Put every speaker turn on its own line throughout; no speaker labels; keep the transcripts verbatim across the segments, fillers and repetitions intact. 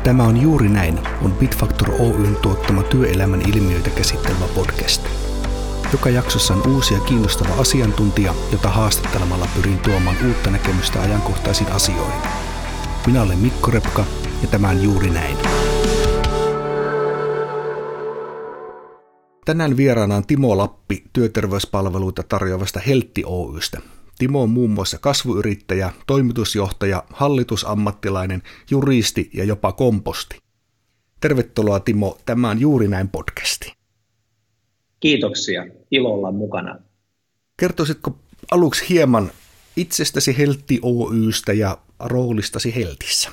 Tämä on Juuri näin, on Bitfactor Oyn tuottama työelämän ilmiöitä käsittelevä podcast. Joka jaksossa on uusi ja kiinnostava asiantuntija, jota haastattelemalla pyrin tuomaan uutta näkemystä ajankohtaisiin asioihin. Minä olen Mikko Repka ja tämä on Juuri näin. Tänään vieraana on Timo Lappi työterveyspalveluita tarjoavasta Heltti Oystä. Timo on muun muassa kasvuyrittäjä, toimitusjohtaja, hallitusammattilainen, juristi ja jopa komposti. Tervetuloa Timo, tämä on Juuri näin podcasti.
Kiitoksia, ilo olla mukana.
Kertoisitko aluksi hieman itsestäsi Heltti Oystä ja roolistasi Heltissä?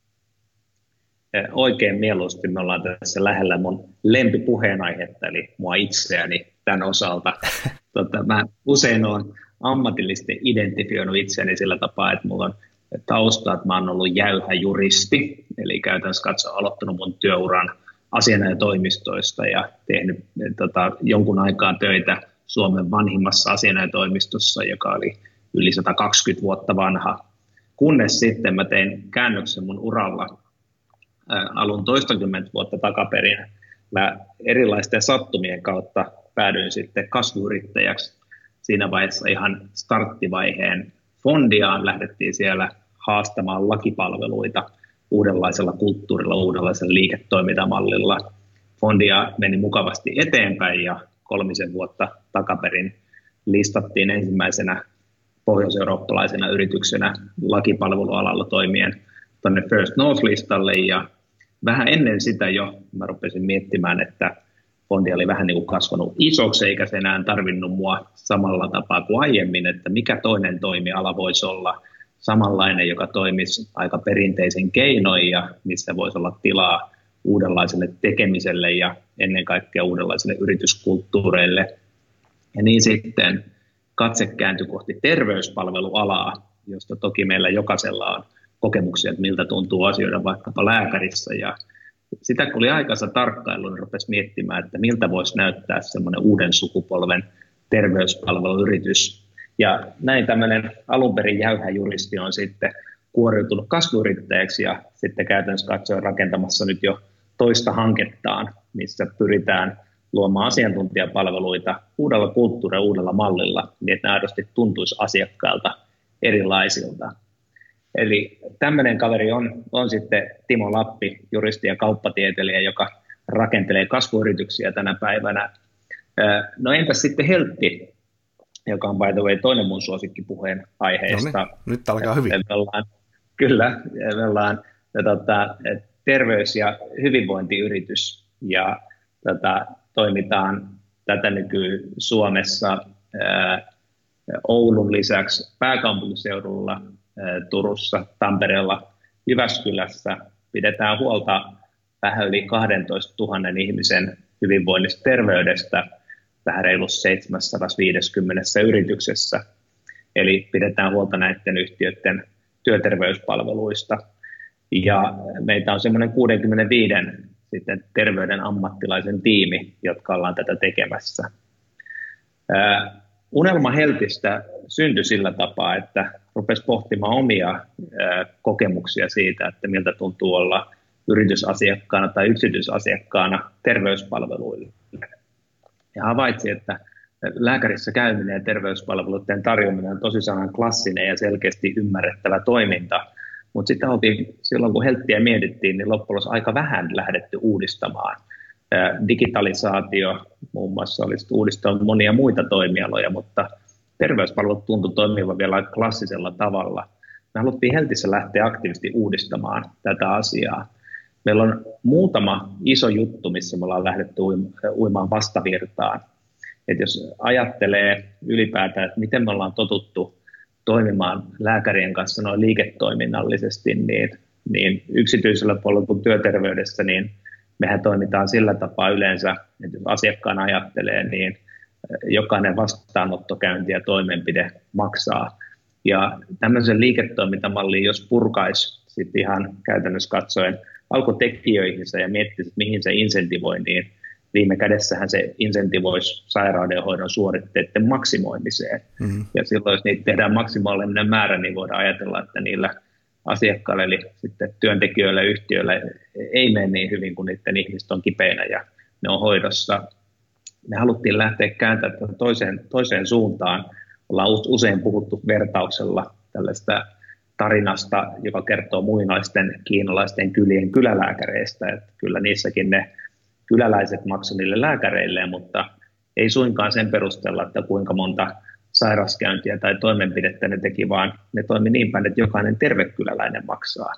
Oikein mieluusti me ollaan tässä lähellä mun lempipuheenaihetta, eli mua itseäni tämän osalta. Tota, mä usein olen ammatillisesti identifioinut itseäni sillä tapaa, että mulla on tausta, että mä oon ollut jäyhä juristi, eli käytännössä katsoen aloittanut mun työuran asianajotoimistoista ja tehnyt tota, jonkun aikaa töitä Suomen vanhimmassa asianajotoimistossa, joka oli yli sata kaksikymmentä vuotta vanha, kunnes sitten mä tein käännöksen mun uralla ää, alun toistakymmentä vuotta takaperin. Mä erilaisten sattumien kautta päädyin sitten kasvuyrittäjäksi. Siinä vaiheessa ihan starttivaiheen Fondiaan lähdettiin siellä haastamaan lakipalveluita uudenlaisella kulttuurilla, uudenlaisella liiketoimintamallilla. Fondia meni mukavasti eteenpäin ja kolmisen vuotta takaperin listattiin ensimmäisenä pohjois-eurooppalaisena yrityksenä lakipalvelualalla toimien tuonne First North-listalle. Ja vähän ennen sitä jo mä rupesin miettimään, että Fondi oli vähän niin kuin kasvanut isoksi, eikä se enää tarvinnut mua samalla tapaa kuin aiemmin, että mikä toinen toimiala voisi olla samanlainen, joka toimisi aika perinteisen keinoin ja missä voisi olla tilaa uudenlaiselle tekemiselle ja ennen kaikkea uudenlaisille yrityskulttuureille. Ja niin sitten katse kääntyi kohti terveyspalvelualaa, josta toki meillä jokaisella on kokemuksia, että miltä tuntuu asioida vaikkapa lääkärissä. Ja sitä kun oli aikansa tarkkailu, niin rupesi miettimään, että miltä voisi näyttää semmoinen uuden sukupolven terveyspalveluyritys. Ja näin tämmöinen alun perin jäyhä juristi on sitten kuoriutunut kasvuyrittäjäksi ja sitten käytännössä katsoen rakentamassa nyt jo toista hankettaan, missä pyritään luomaan asiantuntijapalveluita uudella kulttuurilla, uudella mallilla, niin että ne aidosti tuntuisi asiakkailta erilaisilta. Eli tämmöinen kaveri on, on sitten Timo Lappi, juristi ja kauppatieteilijä, joka rakentelee kasvuyrityksiä tänä päivänä. No entäs sitten Heltti, joka on by the way toinen mun suosikkipuheen aiheesta.
No niin, nyt alkaa hyvin.
Me ollaan, kyllä, me ollaan tota, terveys- ja hyvinvointiyritys ja tota, toimitaan tätä nykyään Suomessa ää, Oulun lisäksi pääkaupunkiseudulla, Turussa, Tampereella, Jyväskylässä. Pidetään huolta vähän yli kaksitoistatuhatta ihmisen hyvinvoinnista terveydestä vähän reilussa seitsemänsataaviisikymmentä yrityksessä. Eli pidetään huolta näiden yhtiöiden työterveyspalveluista. Ja meitä on semmoinen kuusikymmentäviisi sitten terveyden ammattilaisen tiimi, jotka ollaan tätä tekemässä. Ää, Unelma Heltistä syntyi sillä tapaa, että rupesi pohtimaan omia ää, kokemuksia siitä, että miltä tuntuu olla yritysasiakkaana tai yksityisasiakkaana terveyspalveluille. Ja havaitsi, että lääkärissä käyminen ja terveyspalveluiden tarjoaminen on tosi sanan klassinen ja selkeästi ymmärrettävä toiminta. Mutta sitten oltiin, silloin kun Helttiä mietittiin, niin loppujen lopuksi aika vähän lähdetty uudistamaan. Digitalisaatio muun muassa olisi uudistanut monia muita toimialoja, mutta terveyspalvelut tuntui toimivan vielä klassisella tavalla. Me haluttiin Heltissä lähteä aktiivisesti uudistamaan tätä asiaa. Meillä on muutama iso juttu, missä me ollaan lähdetty uimaan vastavirtaan. Et jos ajattelee ylipäätään, että miten me ollaan totuttu toimimaan lääkärien kanssa noin liiketoiminnallisesti, niin, niin yksityisellä puolella kuin työterveydessä, niin mehän toimitaan sillä tapaa yleensä, että jos asiakkaan ajattelee, niin jokainen vastaanottokäynti ja toimenpide maksaa. Ja tämmöisen liiketoimintamallin, jos purkaisi sitten ihan käytännössä katsoen alkutekijöihinsä ja miettisi, mihin se insentivoi, niin viime kädessähän se insentivoisi sairaudenhoidon suoritteiden maksimoimiseen. Mm-hmm. Ja silloin, jos niitä tehdään maksimaalinen määrä, niin voidaan ajatella, että niillä asiakkaille, eli sitten työntekijöille ja yhtiöille ei mene niin hyvin, kun niiden ihmiset on kipeinä ja ne on hoidossa. Me haluttiin lähteä kääntämään toiseen, toiseen suuntaan. Ollaan usein puhuttu vertauksella tällaista tarinasta, joka kertoo muinaisten kiinalaisten kylien kylälääkäreistä. Että kyllä niissäkin ne kyläläiset maksoivat niille lääkäreille, mutta ei suinkaan sen perusteella, että kuinka monta sairaskäyntiä tai toimenpidettä ne teki, vaan ne toimi niin päin, että jokainen tervekyläläinen maksaa.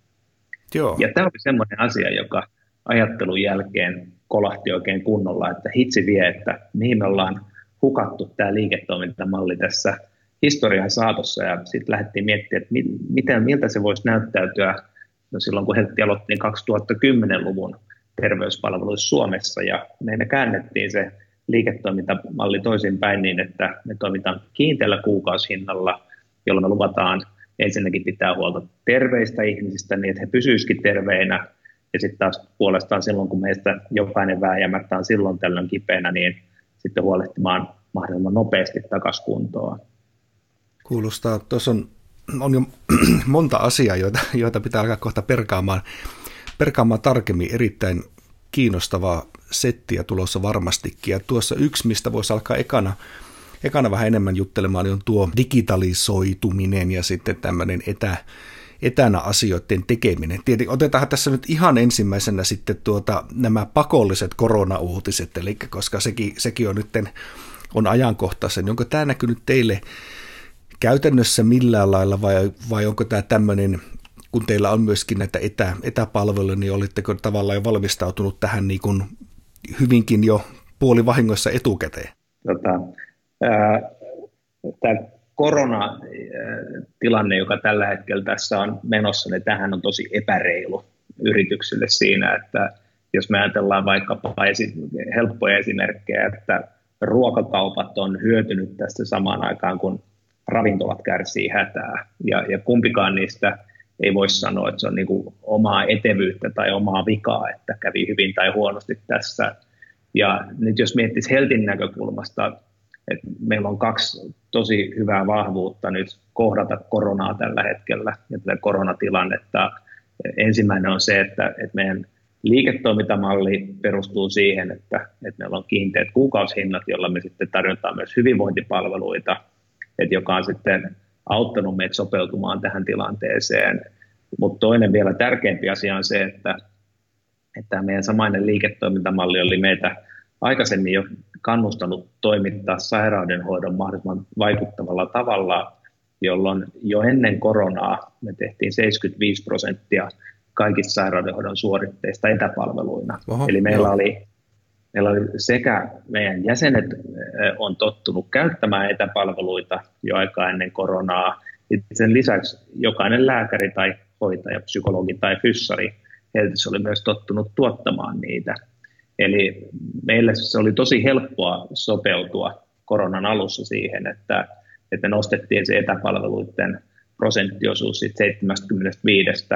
Joo.
Ja tämä oli semmoinen asia, joka ajattelun jälkeen kolahti oikein kunnolla, että hitsi vie, että mihin me ollaan hukattu tämä liiketoimintamalli tässä historian saatossa, ja sitten lähdettiin miettimään, että miten, miltä se voisi näyttäytyä no silloin, kun Heltti aloitti kaksituhattakymmenluvun terveyspalveluissa Suomessa, ja me käännettiin se liiketoimintamalli toisinpäin niin, että me toimitaan kiinteällä kuukausihinnalla, jolla me luvataan ensinnäkin pitää huolta terveistä ihmisistä niin, että he pysyisikin terveinä, ja sitten taas puolestaan silloin, kun meistä jokainen vääjäämättä on silloin tällöin kipeänä, niin sitten huolehtimaan mahdollisimman nopeasti takaisin kuntoon.
Kuulostaa, tuossa on, on jo monta asiaa, joita, joita pitää alkaa kohta perkaamaan, perkaamaan tarkemmin, erittäin kiinnostavaa settiä tulossa varmastikin. Ja tuossa yksi, mistä voisi alkaa ekana, ekana vähän enemmän juttelemaan, niin on tuo digitalisoituminen ja sitten tämmöinen etä, etänä asioiden tekeminen. Tietenkin otetaan tässä nyt ihan ensimmäisenä sitten tuota, nämä pakolliset koronauutiset, eli koska sekin, sekin on nyt on ajankohtaisen. Onko tämä näkynyt teille käytännössä millään lailla vai, vai onko tämä tämmöinen, kun teillä on myöskin näitä etä, etäpalveluja, niin olitteko tavallaan jo valmistautunut tähän niin kuin hyvinkin jo puolivahingoissa etukäteen? Tota,
ää, tämä koronatilanne, joka tällä hetkellä tässä on menossa, niin tämähän on tosi epäreilu yrityksille siinä, että jos me ajatellaan vaikkapa esi- helppoja esimerkkejä, että ruokakaupat on hyötynyt tästä samaan aikaan, kun ravintolat kärsii hätää, ja, ja kumpikaan niistä ei voi sanoa, että se on niin kuin omaa etevyyttä tai omaa vikaa, että kävi hyvin tai huonosti tässä. Ja nyt jos miettisi Heltin näkökulmasta, että meillä on kaksi tosi hyvää vahvuutta nyt kohdata koronaa tällä hetkellä ja tätä koronatilannetta. Ensimmäinen on se, että, että meidän liiketoimintamalli perustuu siihen, että, että meillä on kiinteät kuukausihinnat, jolla me sitten tarjotaan myös hyvinvointipalveluita, että joka on sitten auttanut meitä sopeutumaan tähän tilanteeseen. Mutta toinen vielä tärkeämpi asia on se, että, että meidän samainen liiketoimintamalli oli meitä aikaisemmin jo kannustanut toimittaa sairaudenhoidon mahdollisimman vaikuttavalla tavalla, jolloin jo ennen koronaa me tehtiin seitsemänkymmentäviisi prosenttia kaikista sairaudenhoidon suoritteista etäpalveluina. Oho, Eli meillä oli, meillä oli sekä meidän jäsenet on tottunut käyttämään etäpalveluita jo aikaa ennen koronaa. Sen lisäksi jokainen lääkäri tai hoitaja, psykologi tai fyssari, Heltissä oli myös tottunut tuottamaan niitä. Eli meille se oli tosi helppoa sopeutua koronan alussa siihen, että, että nostettiin se etäpalveluiden prosenttiosuus seitsemänkymmentäviisi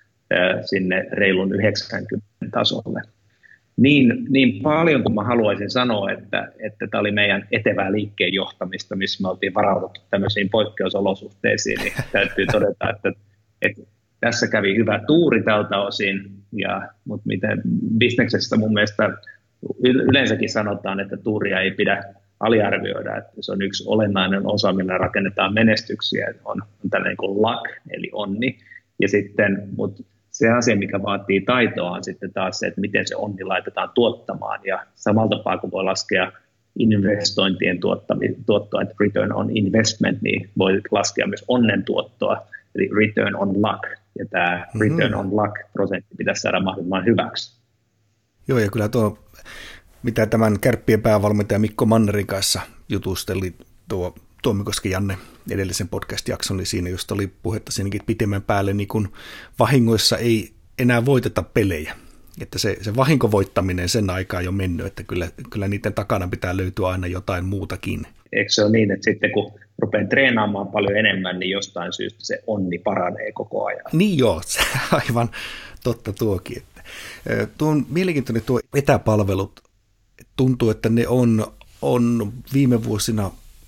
sinne reilun yhdeksänkymmentä tasolle. Niin, niin paljon kuin mä haluaisin sanoa, että, että tämä oli meidän etevää liikkeen johtamista, missä me oltiin varauduttu tämmöisiin poikkeusolosuhteisiin, niin täytyy todeta, että, että tässä kävi hyvä tuuri tältä osin, ja, mutta miten bisneksestä mun mielestä yleensäkin sanotaan, että tuuria ei pidä aliarvioida, että se on yksi olennainen osa, millä rakennetaan menestyksiä, on, on tällainen kuin luck, eli onni, ja sitten, mutta se asia, mikä vaatii taitoa, on sitten taas se, että miten se onni laitetaan tuottamaan, ja samalla tapaa kun voi laskea investointien tuottoa, että return on investment, niin voi laskea myös onnen tuottoa, eli return on luck, ja tämä return on luck-prosentti pitäisi saada mahdollisimman hyväksi.
Joo, ja kyllä tuo, mitä tämän Kärppien päävalmentaja Mikko Mannerin kanssa jutusteli, tuo Tuomikoski Janne edellisen podcast-jakson, niin siinä just oli puhetta siinäkin pitemmän päälle, niin kun vahingoissa ei enää voiteta pelejä. Että se, se vahinkovoittaminen sen aikaa jo mennyt, että kyllä, kyllä niiden takana pitää löytyä aina jotain muutakin.
Eikö se ole niin, että sitten kun rupean treenaamaan paljon enemmän, niin jostain syystä se onni paranee koko ajan?
Niin joo, aivan totta tuokin. Että, tuo on mielenkiintoinen tuo etäpalvelut. Tuntuu, että ne on, on viime vuosina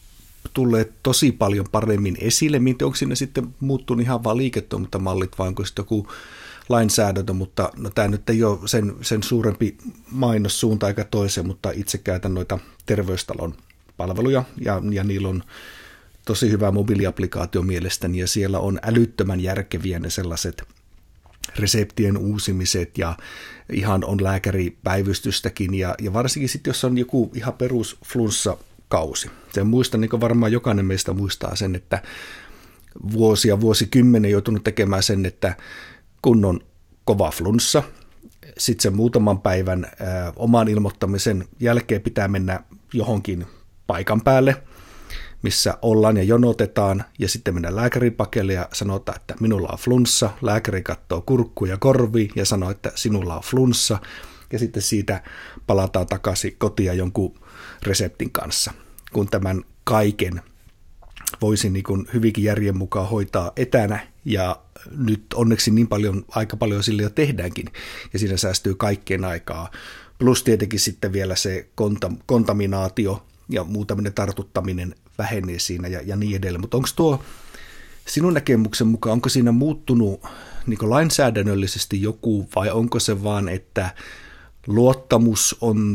tulleet tosi paljon paremmin esille. Mietin, onko siinä sitten muuttunut ihan vaan liiketoimintamallit vai onko sitten joku lainsäädäntö, mutta no, tämä nyt ei ole sen, sen suurempi mainossuunta eikä toiseen, mutta itse käytän noita terveystalon palveluja ja, ja niillä on tosi hyvä mobiiliaplikaatio mielestäni ja siellä on älyttömän järkeviä ne sellaiset reseptien uusimiset ja ihan on lääkäripäivystystäkin ja, ja varsinkin sitten, jos on joku ihan perus flunssakausi. Sen muistan, niin kuin varmaan jokainen meistä muistaa sen, että vuosia, vuosikymmenen joutunut tekemään sen, että kun on kova flunssa, sitten sen muutaman päivän ää, oman ilmoittamisen jälkeen pitää mennä johonkin paikan päälle, missä ollaan ja jonotetaan, ja sitten mennään lääkärin pakeille ja sanotaan, että minulla on flunssa. Lääkäri katsoo kurkkuun ja korviin ja sanoo, että sinulla on flunssa, ja sitten siitä palataan takaisin kotiin jonkun reseptin kanssa, kun tämän kaiken voisi niin kuin hyvinkin järjen mukaan hoitaa etänä, ja nyt onneksi niin paljon, aika paljon sille jo tehdäänkin, ja siinä säästyy kaikkeen aikaa. Plus tietenkin sitten vielä se kontam- kontaminaatio ja muu tämmöinen tartuttaminen vähenee siinä ja, ja niin edelleen. Mutta onko tuo sinun näkemyksen mukaan, onko siinä muuttunut niin kuin lainsäädännöllisesti joku, vai onko se vaan, että luottamus on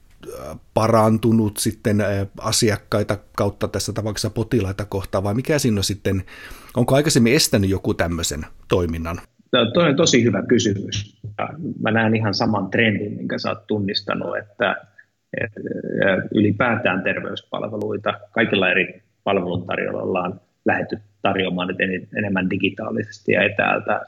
parantunut sitten asiakkaita kautta tässä tapauksessa potilaita kohtaan, vai mikä siinä on sitten, onko aikaisemmin estänyt joku tämmöisen toiminnan?
Tuo on tosi hyvä kysymys. Mä näen ihan saman trendin, minkä sä oot tunnistanut, että ylipäätään terveyspalveluita kaikilla eri palveluntarjoilla on lähdetty tarjoamaan nyt enemmän digitaalisesti ja etäältä.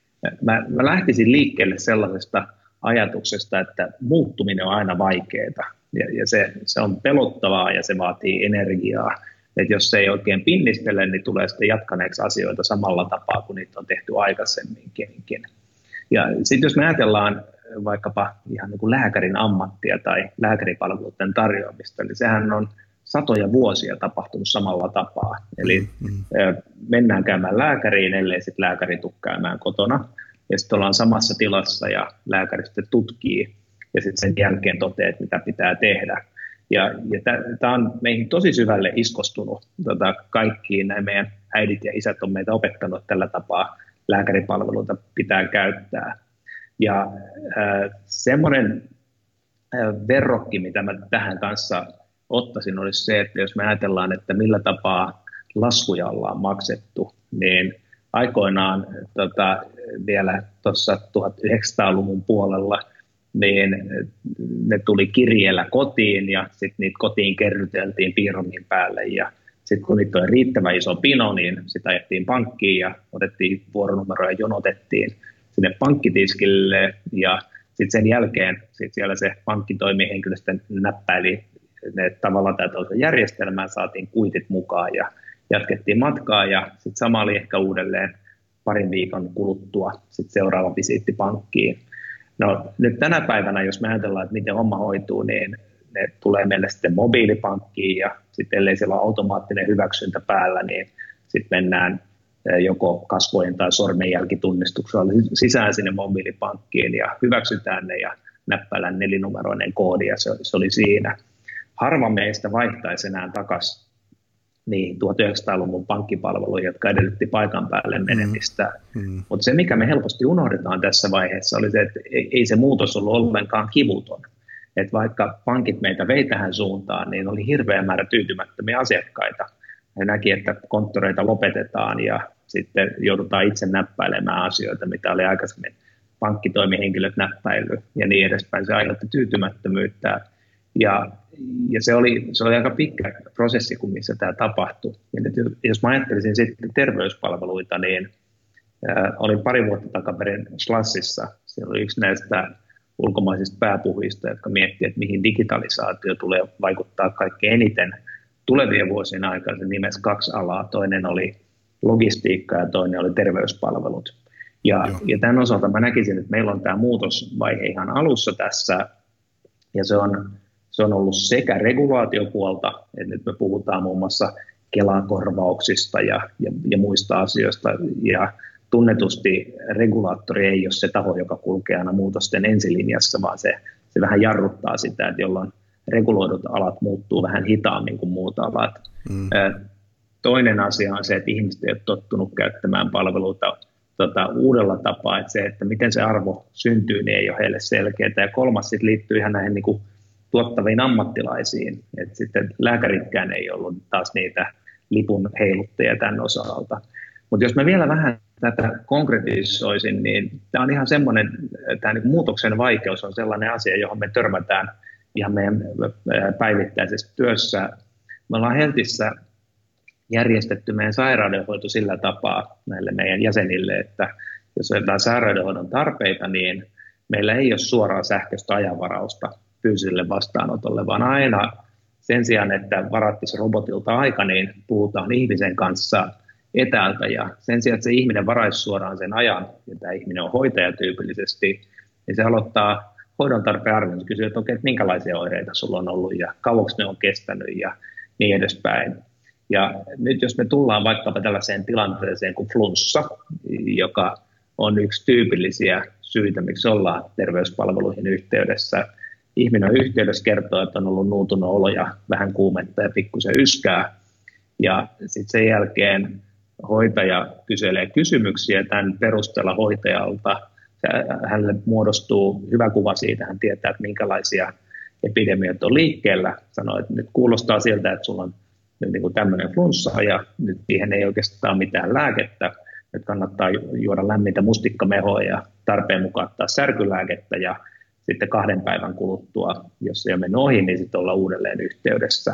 Mä, mä lähtisin liikkeelle sellaisesta ajatuksesta, että muuttuminen on aina vaikeaa ja, ja se, se on pelottavaa ja se vaatii energiaa. Että jos se ei oikein pinnistele, niin tulee sitten jatkaneeksi asioita samalla tapaa kuin niitä on tehty aikaisemminkin. Ja sitten jos me ajatellaan vaikkapa ihan niin kuin lääkärin ammattia tai lääkäripalveluiden tarjoamista, niin sehän on satoja vuosia tapahtunut samalla tapaa. Eli mm. mennään käymään lääkäriin, ellei sitten lääkäri tule käymään kotona, ja sitten ollaan samassa tilassa ja lääkäri sitten tutkii, ja sitten sen jälkeen toteaa, että mitä pitää tehdä. Ja, ja tämä on meihin tosi syvälle iskostunut. Tota, kaikkiin nämä meidän äidit ja isät on meitä opettanut, että tällä tapaa lääkäripalveluita pitää käyttää. Ja äh, semmoinen äh, verrokki, mitä mä tähän kanssa ottaisin, olisi se, että jos me ajatellaan, että millä tapaa laskuja ollaan maksettu, niin aikoinaan tota, vielä tuossa tuhatyhdeksänsataaluvun puolella, niin ne tuli kirjeellä kotiin ja sitten niitä kotiin kerryteltiin piirongin päälle ja sitten kun niitä oli riittävän iso pino, niin sitä ajettiin pankkiin ja otettiin vuoronumero ja jonotettiin sinne pankkitiskille ja sitten sen jälkeen sit siellä se pankkitoimihenkilö sitten näppäili ne tavallaan tai toisen järjestelmään, saatiin kuitit mukaan ja jatkettiin matkaa ja sitten sama oli ehkä uudelleen parin viikon kuluttua sitten seuraava visiitti pankkiin. No nyt tänä päivänä, jos me ajatellaan, että miten homma hoituu, niin ne tulee meille sitten mobiilipankkiin ja sitten ellei siellä ole automaattinen hyväksyntä päällä, niin sitten mennään joko kasvojen tai sormenjälkitunnistuksella sisään sinne mobiilipankkiin ja hyväksytään ne ja näppäillään nelinumeroinen koodi ja se, se oli siinä. Harva meistä vaihtaisi enää takaisin niin tuhatyhdeksänsataaluvun pankkipalveluja, jotka edellytti paikan päälle menemistä. Mm. Mutta se, mikä me helposti unohdetaan tässä vaiheessa, oli se, että ei se muutos ollut ollenkaan kivuton. Et vaikka pankit meitä vei tähän suuntaan, niin oli hirveä määrä tyytymättömiä asiakkaita. He näki, että konttoreita lopetetaan ja sitten joudutaan itse näppäilemään asioita, mitä oli aikaisemmin pankkitoimihenkilöt näppäily ja niin edespäin. Se aiheutti tyytymättömyyttä. Ja, ja se, oli, se oli aika pitkä prosessi, kun missä tämä tapahtui. Ja nyt, jos mä ajattelisin sitten terveyspalveluita, niin äh, olin pari vuotta takaperin Slassissa. Siellä oli yksi näistä ulkomaisista pääpuhujista, jotka miettii, että mihin digitalisaatio tulee vaikuttaa kaikkein eniten tulevien vuosien aikana. Se nimesi kaksi alaa. Toinen oli logistiikka ja toinen oli terveyspalvelut. Ja, ja tämän osalta mä näkisin, että meillä on tämä muutosvaihe ihan alussa tässä, ja se on, se on ollut sekä regulaatiopuolta, että nyt me puhutaan muun muassa Kela-korvauksista ja, ja, ja muista asioista, ja tunnetusti regulaattori ei ole se taho, joka kulkee aina muutosten ensilinjassa, vaan se, se vähän jarruttaa sitä, että jolloin reguloidut alat muuttuu vähän hitaammin kuin muut alat. Mm. Toinen asia on se, että ihmiset ei ole tottunut käyttämään palveluita tota, uudella tapaa, että se, että miten se arvo syntyy, niin ei ole heille selkeää. Ja kolmas sitten liittyy ihan näihin niin kuin tuottaviin ammattilaisiin, että sitten lääkäritkään ei ollut taas niitä lipun heiluttajia tämän osalta. Mutta jos mä vielä vähän tätä konkretisoisin, niin tämä on ihan semmoinen, tämä niin muutoksen vaikeus on sellainen asia, johon me törmätään ihan meidän päivittäisessä työssä. Me ollaan Heltissä järjestetty meidän sairaudenhoito sillä tapaa näille meidän jäsenille, että jos on jotain sairaudenhoidon tarpeita, niin meillä ei ole suoraa sähköistä ajanvarausta fyysiselle vastaanotolle, vaan aina sen sijaan, että varattisi robotilta aika, niin puhutaan ihmisen kanssa etäältä ja sen sijaan, että se ihminen varaisi suoraan sen ajan, ja tämä ihminen on hoitaja tyypillisesti, niin se aloittaa hoidon tarpeen arvioinnin, kysyy, että okei, että minkälaisia oireita sulla on ollut ja kauaksi ne on kestänyt ja niin edespäin. Ja nyt jos me tullaan vaikkapa tällaiseen tilanteeseen kuin flunssa, joka on yksi tyypillisiä syitä, miksi ollaan terveyspalveluihin yhteydessä. Ihminen on yhteydessä kertoo, että on ollut nuutunut olo ja vähän kuumetta ja pikkusen yskää. Ja sitten sen jälkeen hoitaja kyselee kysymyksiä tämän perusteella hoitajalta. Hänelle muodostuu hyvä kuva siitä, hän tietää, että minkälaisia epidemioita on liikkeellä. Sanoo, että nyt kuulostaa siltä, että sulla on nyt niin kuin tämmöinen flunssa ja nyt siihen ei oikeastaan mitään lääkettä. Nyt kannattaa juoda lämmintä mustikkamehoa ja tarpeen mukaan ottaa särkylääkettä ja sitten kahden päivän kuluttua, jos se ei ole mennyt ohi, niin sitten olla uudelleen yhteydessä.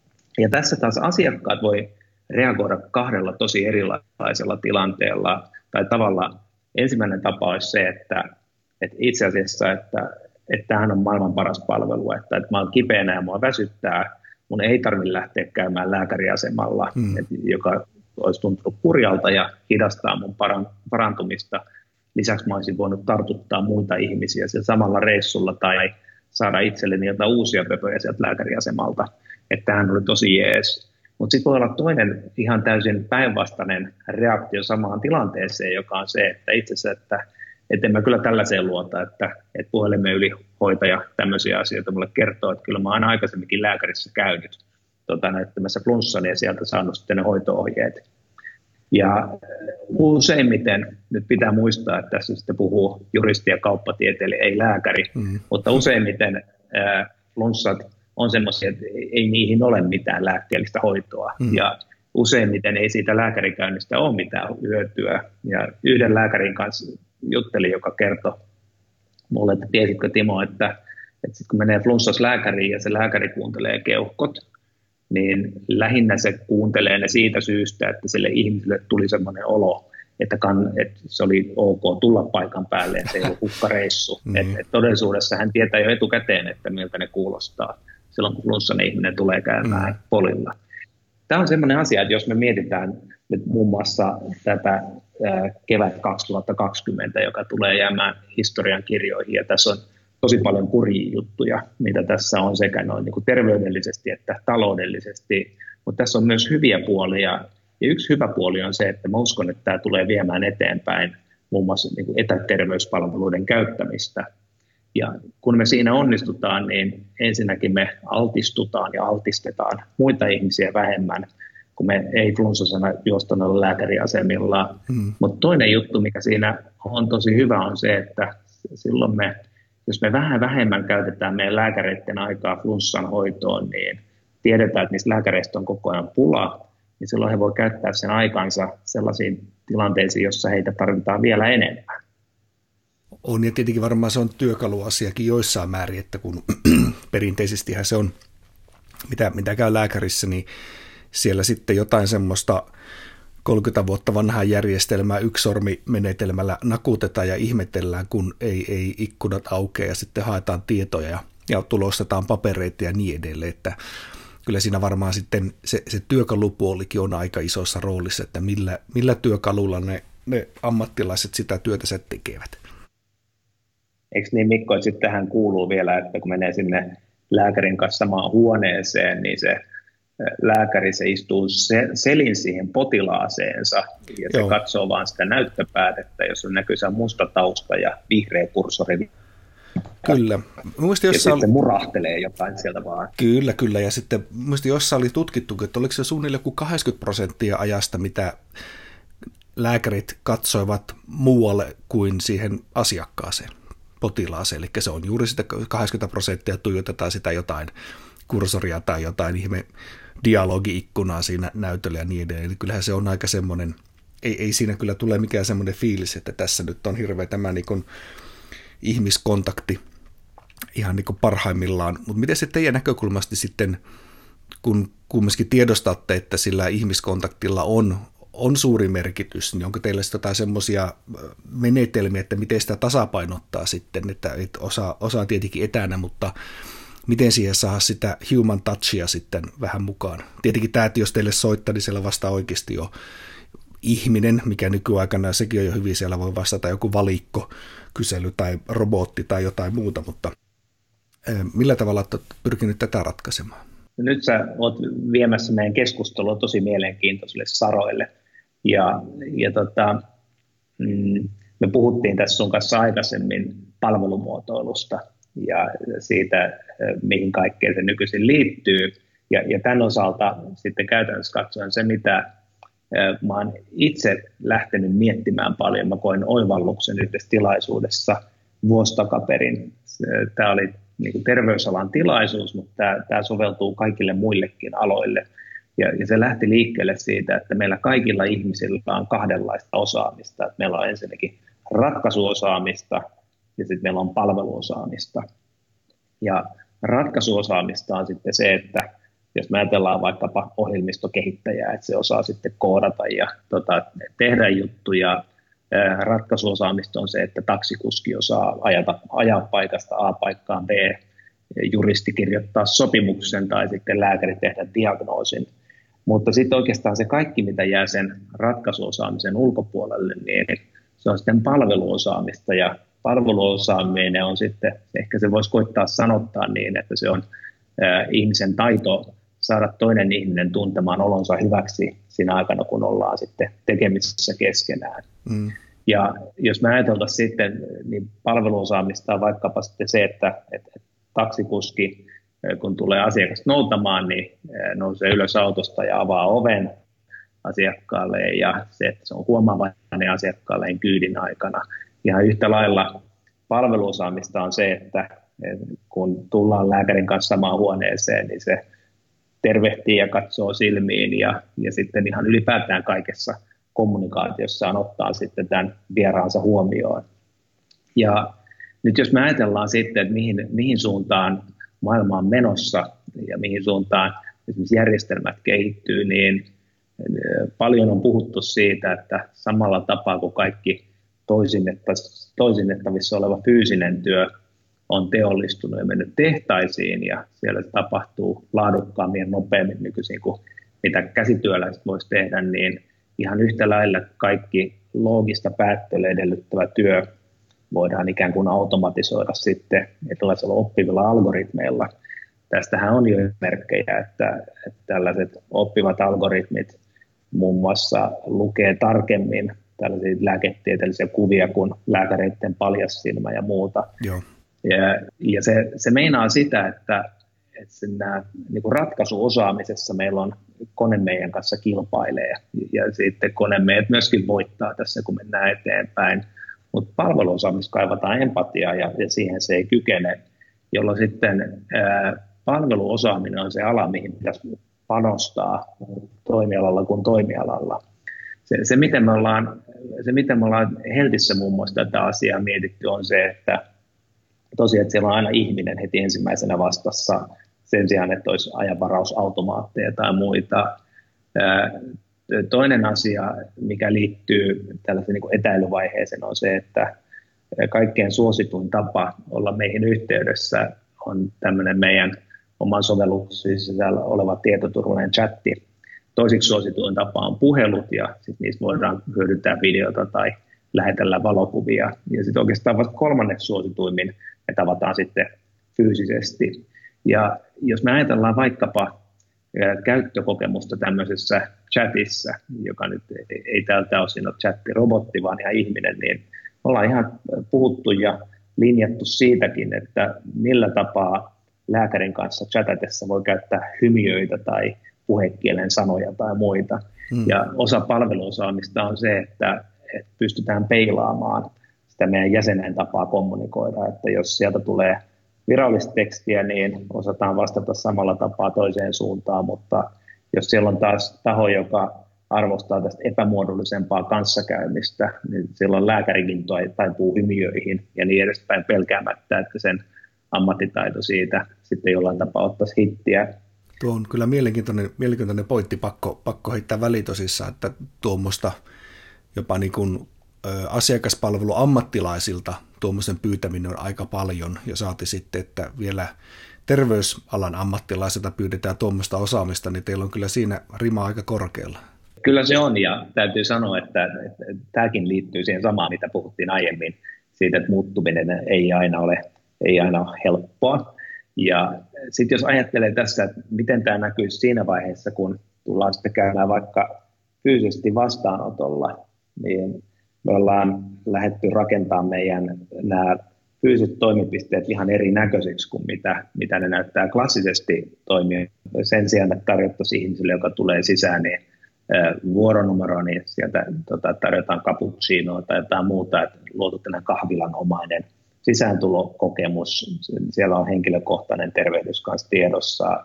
Ja tässä taas asiakkaat voi reagoida kahdella tosi erilaisella tilanteella tai tavalla. Ensimmäinen tapa olisi se, että, että itse asiassa, että, että tämähän on maailman paras palvelu, että, että mä oon kipeänä ja mua väsyttää, mun ei tarvitse lähteä käymään lääkäriasemalla, hmm. että, joka olisi tuntunut kurjalta ja hidastaa mun parantumista. Lisäksi mä olisin voinut tartuttaa muita ihmisiä sillä samalla reissulla tai saada itselleni jotain uusia pöpöjä sieltä lääkäriasemalta. Että tämähän oli tosi jees. Mutta sitten voi olla toinen ihan täysin päinvastainen reaktio samaan tilanteeseen, joka on se, että itse asiassa, että, että en mä kyllä tällaiseen luota, että, että puhelimen yli hoitaja tämmöisiä asioita mulle kertoo, että kyllä mä oon aina aikaisemminkin lääkärissä käynyt tota, näyttämässä flunssani ja sieltä saanut sitten ne hoito-ohjeet. Ja useimmiten, nyt pitää muistaa, että tässä sitten puhuu juristi ja kauppatieteilijä, ei lääkäri, mm. mutta useimmiten äh, flunssat on semmoisia, että ei niihin ole mitään lääkkeellistä hoitoa. Mm. Ja useimmiten ei siitä lääkärikäynnistä ole mitään hyötyä. Ja yhden lääkärin kanssa juttelin, joka kertoi mulle, että tiesitkö Timo, että, että sit kun menee flunssas lääkäriin ja se lääkäri kuuntelee keuhkot, niin lähinnä se kuuntelee ne siitä syystä, että sille ihmiselle tuli semmoinen olo, että, kann, että se oli ok tulla paikan päälle, että se ei ollut hukkareissu. Mm. Että, että todellisuudessa hän tietää jo etukäteen, että miltä ne kuulostaa silloin, kun flunssainen ihminen tulee käymään mm. polilla. Tämä on semmoinen asia, että jos me mietitään nyt muun muassa tätä kevät kaksituhattakaksikymmentä, joka tulee jäämään historian kirjoihin, ja tässä on tosi paljon kurjia juttuja, mitä tässä on sekä noin niin kuin terveydellisesti että taloudellisesti, mutta tässä on myös hyviä puolia. Ja yksi hyvä puoli on se, että mä uskon, että tämä tulee viemään eteenpäin muun muassa niin kuin etäterveyspalveluiden käyttämistä. Ja kun me siinä onnistutaan, niin ensinnäkin me altistutaan ja altistetaan muita ihmisiä vähemmän, kun me ei flunssasana juosta noilla lääkäriasemilla. Mm. Mutta toinen juttu, mikä siinä on tosi hyvä, on se, että silloin me, jos me vähän vähemmän käytetään meidän lääkäreiden aikaa flunssan hoitoon, niin tiedetään, että niistä lääkäreistä on koko ajan pula, niin silloin he voi käyttää sen aikansa sellaisiin tilanteisiin, jossa heitä tarvitaan vielä enemmän.
On, ja tietenkin varmaan se on työkaluasiakin joissain määrin, että kun perinteisestihän se on, mitä, mitä käy lääkärissä, niin siellä sitten jotain semmoista kolmekymmentä vuotta vanhaa järjestelmää yksisormimenetelmällä nakutetaan ja ihmetellään, kun ei, ei ikkunat aukea ja sitten haetaan tietoja ja, ja tulostetaan papereita ja niin edelleen, että kyllä siinä varmaan sitten se, se työkalupuolikin on aika isossa roolissa, että millä, millä työkalulla ne, ne ammattilaiset sitä työtä tekevät.
Eikö niin, Mikko, että sitten tähän kuuluu vielä, että kun menee sinne lääkärin kanssa samaan huoneeseen, niin se lääkäri se istuu selin siihen potilaaseensa ja se Joo. katsoo vaan sitä näyttöpäätettä, jossa näkyy se musta tausta ja vihreä kursori
Kyllä. Muistin,
ja
sitten
oli... murahtelee jotain sieltä vaan.
Kyllä, kyllä. Ja sitten muistin, jossain oli tutkittu, että oliko se suunnilleen joku kahdeksankymmentä prosenttia ajasta, mitä lääkärit katsoivat muualle kuin siihen asiakkaaseen, potilaaseen. Eli se on juuri sitä kahdeksankymmentä prosenttia tuijotetaan sitä jotain kursoria tai jotain ihme dialogi-ikkunaa siinä näytöllä ja niin edelleen. Eli kyllähän se on aika semmoinen, ei, ei siinä kyllä tule mikään semmoinen fiilis, että tässä nyt on hirveä tämä niin kuin ihmiskontakti ihan niin kuin parhaimmillaan. Mutta miten se teidän näkökulmasti sitten, kun kumminkin tiedostatte, että sillä ihmiskontaktilla on, on suuri merkitys, niin onko teillä jotain semmoisia menetelmiä, että miten sitä tasapainottaa sitten, että, että osa, osa on tietenkin etänä, mutta miten siihen saa sitä human touchia sitten vähän mukaan? Tietenkin tämä, että jos teille soittaa, niin siellä vasta oikeasti jo ihminen, mikä nykyaikana, sekin on jo hyvin, siellä voi vastata joku valikko, kysely tai robotti tai jotain muuta, mutta millä tavalla olet pyrkinyt tätä ratkaisemaan?
Nyt sä oot viemässä meidän keskustelua tosi mielenkiintoisille saroille. Ja, ja tota, mm, me puhuttiin tässä sun kanssa aikaisemmin palvelumuotoilusta ja siitä, mihin kaikkeen se nykyisin liittyy. Ja, ja tämän osalta sitten käytännössä katsoen se, mitä mä oon itse lähtenyt miettimään paljon. Mä koin oivalluksen yhdessä tilaisuudessa vuosi takaperin. Tämä oli niin kuin terveysalan tilaisuus, mutta tämä, tämä soveltuu kaikille muillekin aloille. Ja, ja se lähti liikkeelle siitä, että meillä kaikilla ihmisillä on kahdenlaista osaamista. Että meillä on ensinnäkin ratkaisuosaamista ja sitten meillä on palveluosaamista. Ja ratkaisuosaamista on sitten se, että jos me ajatellaan vaikkapa ohjelmistokehittäjää, että se osaa sitten koodata ja tota, tehdä juttuja. Ratkaisuosaamista on se, että taksikuski osaa ajata, ajaa paikasta A paikkaan B, juristi kirjoittaa sopimuksen tai sitten lääkäri tehdä diagnoosin. Mutta sitten oikeastaan se kaikki, mitä jää sen ratkaisuosaamisen ulkopuolelle, niin se on sitten palveluosaamista. Ja palveluosaaminen on sitten, ehkä se voisi koittaa sanottaa niin, että se on äh, ihmisen taito saada toinen ihminen tuntemaan olonsa hyväksi siinä aikana, kun ollaan sitten tekemisissä keskenään. Mm. Ja jos me ajateltaisiin sitten, niin palveluosaamista on vaikkapa sitten se, että, että taksikuski, kun tulee asiakas noutamaan, niin nousee ylös autosta ja avaa oven asiakkaalle ja se, että se on huomaavainen asiakkaalle kyydin aikana. Ihan yhtä lailla palveluosaamista on se, että kun tullaan lääkärin kanssa samaan huoneeseen, niin se tervehtii ja katsoo silmiin ja, ja sitten ihan ylipäätään kaikessa kommunikaatiossaan ottaa sitten tämän vieraansa huomioon. Ja nyt jos me ajatellaan sitten, että mihin, mihin suuntaan maailma on menossa ja mihin suuntaan esimerkiksi järjestelmät kehittyy, niin paljon on puhuttu siitä, että samalla tapaa kuin kaikki toisinnettavissa oleva fyysinen työ on teollistunut ja mennyt tehtaisiin ja siellä tapahtuu laadukkaammin ja nopeammin nykyisin kuin mitä käsityöläiset voisi tehdä, niin ihan yhtä lailla kaikki loogista päättelyä edellyttävä työ voidaan ikään kuin automatisoida sitten erilaisilla oppivilla algoritmeilla. Tästähän on jo merkkejä, että, että tällaiset oppivat algoritmit muun muassa lukee tarkemmin tällaisia lääketieteellisiä kuvia kuin lääkäreiden paljassilmä ja muuta.
Joo.
Ja, ja se, se meinaa sitä, että, että siinä, niin kuin ratkaisuosaamisessa meillä on kone meidän kanssa kilpailee ja sitten kone meidät myöskin voittaa tässä, kun mennään eteenpäin. Mutta palveluosaamista kaivataan empatiaa ja, ja siihen se ei kykene, jolloin sitten ää, palveluosaaminen on se ala, mihin pitäisi panostaa toimialalla kuin toimialalla. Se, se, miten me ollaan, se, miten me ollaan Heltissä muun muassa tätä asiaa mietitty, on se, että tosiaan, että siellä on aina ihminen heti ensimmäisenä vastassa sen sijaan, että olisi ajanvarausautomaatteja tai muita. Toinen asia, mikä liittyy tällaisen niin kuin etäilyvaiheeseen, on se, että kaikkein suosituin tapa olla meihin yhteydessä on tämmöinen meidän oman sovelluksen sisällä oleva tietoturvallinen chatti. Toisiksi suosituin tapa on puhelut ja sitten niistä voidaan hyödyntää videota tai lähetellä valokuvia. Ja sitten oikeastaan vasta kolmanneksi suosituimmin me tavataan sitten fyysisesti. Ja jos me ajatellaan vaikkapa käyttökokemusta tämmöisessä chatissa, joka nyt ei tältä osin ole chatti-robotti, vaan ihan ihminen, niin me ollaan ihan puhuttu ja, linjattu siitäkin, että millä tapaa lääkärin kanssa chatatessa voi käyttää hymiöitä tai puhekielen sanoja tai muita. Hmm. Ja osa palveluosaamista on se, että, että pystytään peilaamaan sitä meidän jäsenen tapaa kommunikoida, että jos sieltä tulee virallista tekstiä, niin osataan vastata samalla tapaa toiseen suuntaan, mutta jos siellä on taas taho, joka arvostaa tästä epämuodollisempaa kanssakäymistä, niin silloin lääkärikin taipuu hymiöihin ja niin edespäin pelkäämättä, että sen ammattitaito siitä sitten jollain tapaa ottaisi hittiä.
Tuo on kyllä mielenkiintoinen, mielenkiintoinen pointti, pakko, pakko heittää väliin tosissaan, että tuommoista jopa niin kuin asiakaspalvelu ammattilaisilta tuommoisen pyytäminen on aika paljon, ja saati sitten, että vielä terveysalan ammattilaisilta pyydetään tuommoista osaamista, niin teillä on kyllä siinä rima aika korkealla.
Kyllä se on, ja täytyy sanoa, että, että tämäkin liittyy siihen samaan, mitä puhuttiin aiemmin, siitä, että muuttuminen ei aina ole, ei aina ole helppoa. Ja sitten jos ajattelee tässä, että miten tämä näkyy siinä vaiheessa, kun tullaan sitten käymään vaikka fyysisesti vastaanotolla, niin me ollaan lähdetty rakentamaan meidän nämä fyysiset toimipisteet ihan erinäköisiksi kuin mitä, mitä ne näyttää klassisesti toimia. Sen sijaan, että tarjottaisiin ihmiselle, joka tulee sisään, niin vuoronumero, niin sieltä tota, tarjotaan cappuccinoa tai jotain muuta, että luotu tällainen kahvilanomainen sisääntulokokemus. Siellä on henkilökohtainen tervehdys kanssa tiedossa.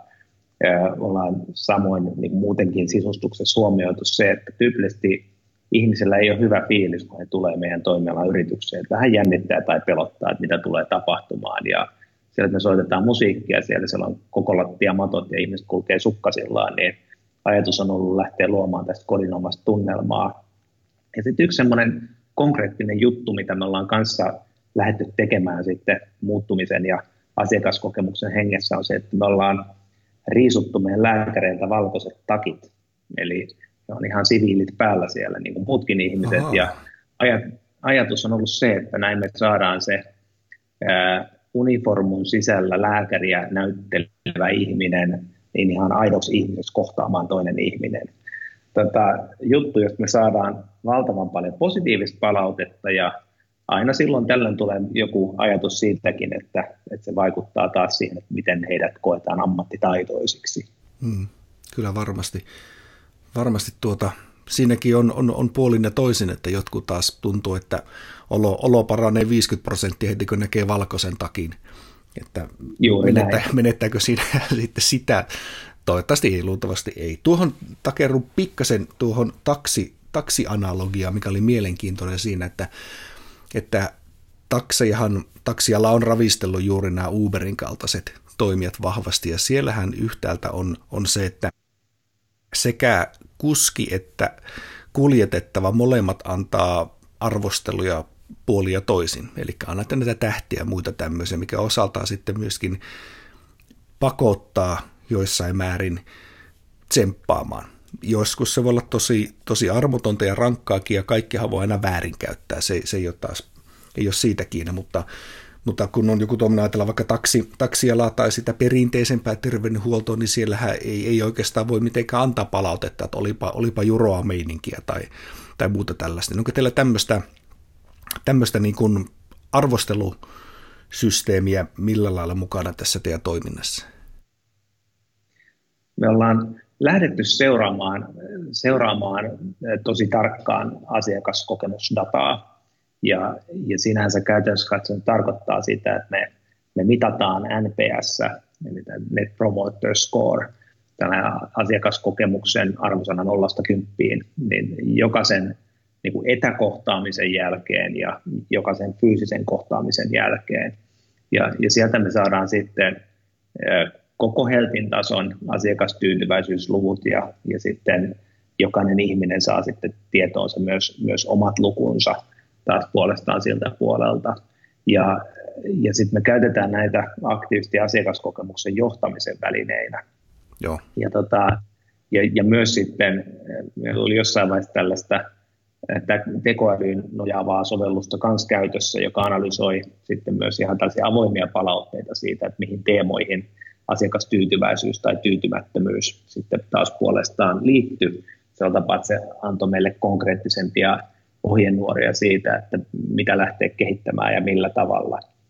Ollaan samoin niin muutenkin sisustuksessa huomioitu se, että tyypillisesti ihmisellä ei ole hyvä fiilis, kun he tulee meidän toimialan yritykseen. Vähän jännittää tai pelottaa, että mitä tulee tapahtumaan. Ja siellä me soitetaan musiikkia, siellä, siellä on koko lattia matot ja ihmiset kulkee sukkasillaan, niin ajatus on ollut lähteä luomaan tästä kodinomaista tunnelmaa. Ja sitten yksi semmoinen konkreettinen juttu, mitä me ollaan kanssa lähdetty tekemään sitten muuttumisen ja asiakaskokemuksen hengessä, on se, että me ollaan riisuttu meidän lääkäreiltä valkoiset takit. Eli ne on ihan siviilit päällä siellä, niin kuin muutkin ihmiset. Aha. Ja ajatus on ollut se, että näin me saadaan se ää, uniformun sisällä lääkäriä näyttelevä ihminen niin ihan aidoksi ihmiseksi kohtaamaan toinen ihminen. Tätä juttu, jos me saadaan valtavan paljon positiivista palautetta ja aina silloin tällöin tulee joku ajatus siitäkin, että, että se vaikuttaa taas siihen, että miten heidät koetaan ammattitaitoisiksi.
Hmm, kyllä varmasti. Varmasti tuota, siinäkin on, on, on puolin ja toisin, että jotkut taas tuntuu, että olo, olo paranee viisikymmentä prosenttia heti, kun näkee valkoisen takin. Että menettä, menettääkö siinä sitten sitä? Toivottavasti ei, luultavasti ei. Tuohon takerun pikkasen tuohon taksi, taksianalogiaan, mikä oli mielenkiintoinen siinä, että, että taksejahan, taksiala on ravistellut juuri nämä Uberin kaltaiset toimijat vahvasti, ja siellähän yhtäältä on, on se, että sekä kuski että kuljetettava molemmat antaa arvosteluja puoli ja toisin, eli annetaan näitä tähtiä ja muita tämmöisiä, mikä osaltaan sitten myöskin pakottaa joissain määrin tsemppaamaan. Joskus se voi olla tosi, tosi armotonta ja rankkaakin, ja kaikkihan voi aina väärinkäyttää, se, se ei ole taas, ei ole siitä kiinni, mutta, mutta kun on joku tuommoinen, ajatellaan vaikka taksi, taksialaa tai sitä perinteisempää terveydenhuoltoa, niin siellähän ei, ei oikeastaan voi mitenkään antaa palautetta, että olipa, olipa juroa meininkiä tai, tai muuta tällaista. Onko teillä tämmöistä tämmöistä niin kuin arvostelusysteemiä millä lailla mukana tässä teidän toiminnassa?
Me ollaan lähdetty seuraamaan, seuraamaan tosi tarkkaan asiakaskokemusdataa, ja, ja sinänsä käytännössä katsoen tarkoittaa sitä, että me, me mitataan N P S, eli Net Promoter Score, tällainen asiakaskokemuksen arvosana nollasta kymppiin, niin jokaisen niin kuin etäkohtaamisen jälkeen ja jokaisen fyysisen kohtaamisen jälkeen. Ja, ja sieltä me saadaan sitten koko Heltin tason asiakastyytyväisyysluvut ja, ja sitten jokainen ihminen saa sitten tietoonsa myös, myös omat lukunsa taas puolestaan siltä puolelta. Ja, ja sitten me käytetään näitä aktiivisesti asiakaskokemuksen johtamisen välineinä.
Joo.
Ja, tota, ja, ja myös sitten meillä oli jossain vaiheessa tällaista tekoälyyn nojaavaa sovellusta kanssa käytössä, joka analysoi sitten myös ihan tällaisia avoimia palautteita siitä, että mihin teemoihin asiakastyytyväisyys tai tyytymättömyys sitten taas puolestaan liittyy. Se on tapa, että se antoi meille konkreettisempia ohjenuoria siitä, että mitä lähtee kehittämään ja millä tavalla.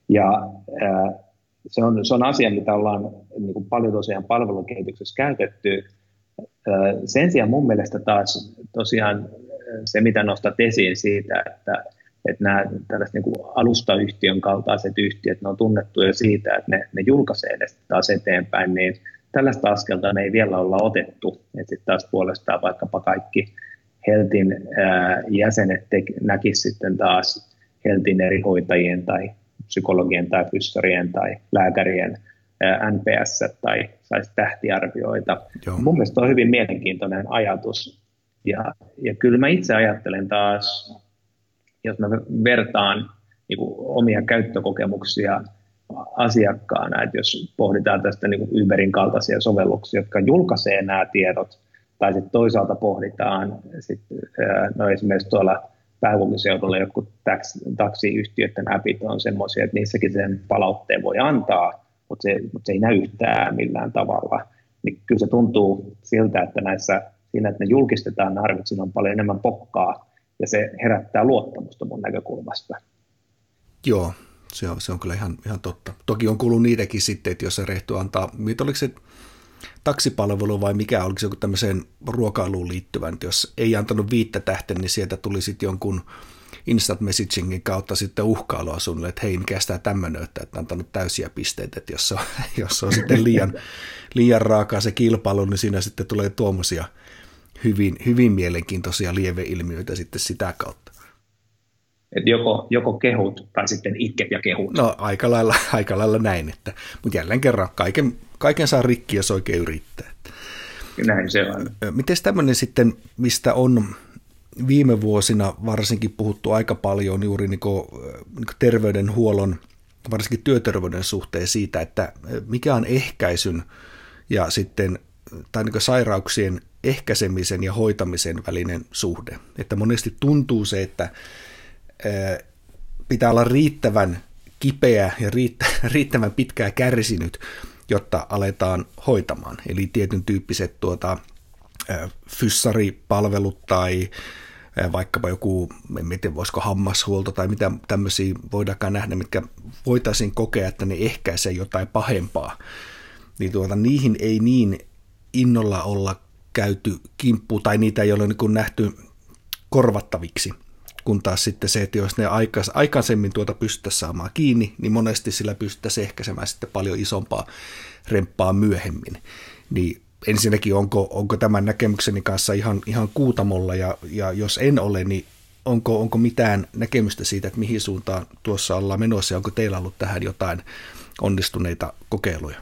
Ja ää, se, on, se on asia, mitä ollaan niin kuin paljon tosiaan palvelukehityksessä käytetty. Ää, sen sijaan mun mielestä taas tosiaan se, mitä nostat esiin siitä, että, että nämä tällaiset niin kuin alustayhtiön kaltaiset yhtiöt, ne on tunnettuja siitä, että ne, ne julkaisee edes taas eteenpäin, niin tällaista askelta me ei vielä olla otettu. Sitten taas puolestaan vaikkapa kaikki Heltin ää, jäsenet näkisivät sitten taas Heltin eri hoitajien tai psykologien tai fyssarien tai lääkärien ää, N P S tai saisi tähtiarvioita. Joo. Mun mielestä on hyvin mielenkiintoinen ajatus. Ja, ja kyllä mä itse ajattelen taas, jos mä vertaan niin kuin omia käyttökokemuksia asiakkaana, että jos pohditaan tästä niin kuin Uberin kaltaisia sovelluksia, jotka julkaisee nämä tiedot, tai sitten toisaalta pohditaan, sit, no esimerkiksi tuolla pääkaupunkiseudulla jotkut taks, taksiyhtiöiden appit on semmoisia, että niissäkin sen palautteen voi antaa, mutta se, mutta se ei näy yhtään millään tavalla. Niin kyllä se tuntuu siltä, että näissä, siinä, että ne julkistetaan, ne arvot, siinä on paljon enemmän pokkaa, ja se herättää luottamusta mun näkökulmasta.
Joo, se on, se on kyllä ihan, ihan totta. Toki on kuullut niitäkin sitten, että jos se rehto antaa, mitä oliko se taksipalvelu vai mikä, oliko se joku tämmöiseen ruokailuun liittyvän, että jos ei antanut viittä tähteä, niin sieltä tuli sitten jonkun instant messagingin kautta sitten uhkailua suunnilleen, että hei, mikä sitä tämmöinen, että on antanut täysiä pisteitä, että jos se on, jos se on sitten liian, liian raakaa se kilpailu, niin siinä sitten tulee tuommoisia hyvin, hyvin mielenkiintoisia lieveilmiöitä sitten sitä kautta.
Että joko, joko kehut tai sitten itket ja kehut.
No aika lailla, aika lailla näin, että, mutta jälleen kerran kaiken, kaiken saa rikki, jos oikein yrittää.
Näin se on.
Miten tämmöinen sitten, mistä on viime vuosina varsinkin puhuttu aika paljon juuri niin kuin, niin kuin terveydenhuollon, varsinkin työterveyden suhteen siitä, että mikä on ehkäisyn ja sitten tai niin kuin sairauksien ehkäisemisen ja hoitamisen välinen suhde. Että monesti tuntuu se, että pitää olla riittävän kipeä ja riittävän pitkään kärsinyt, jotta aletaan hoitamaan. Eli tietyn tyyppiset tuota, fyssaripalvelut tai vaikkapa joku, en tiedä voisiko hammashuolto tai mitä tämmöisiä voidaankaan nähdä, mitkä voitaisiin kokea, että ne ehkäisee jotain pahempaa. Niin tuota, niihin ei niin innolla olla käyty kimppuun tai niitä ei ole niin nähty korvattaviksi. Kun taas sitten se, että jos ne aikais, aikaisemmin tuota pystyttäisiin saamaan kiinni, niin monesti sillä pystyttäisiin ehkäisemään sitten paljon isompaa remppaa myöhemmin. Niin ensinnäkin onko, onko tämän näkemykseni kanssa ihan, ihan kuutamolla, ja, ja jos en ole, niin onko, onko mitään näkemystä siitä, että mihin suuntaan tuossa ollaan menossa, ja onko teillä ollut tähän jotain onnistuneita kokeiluja?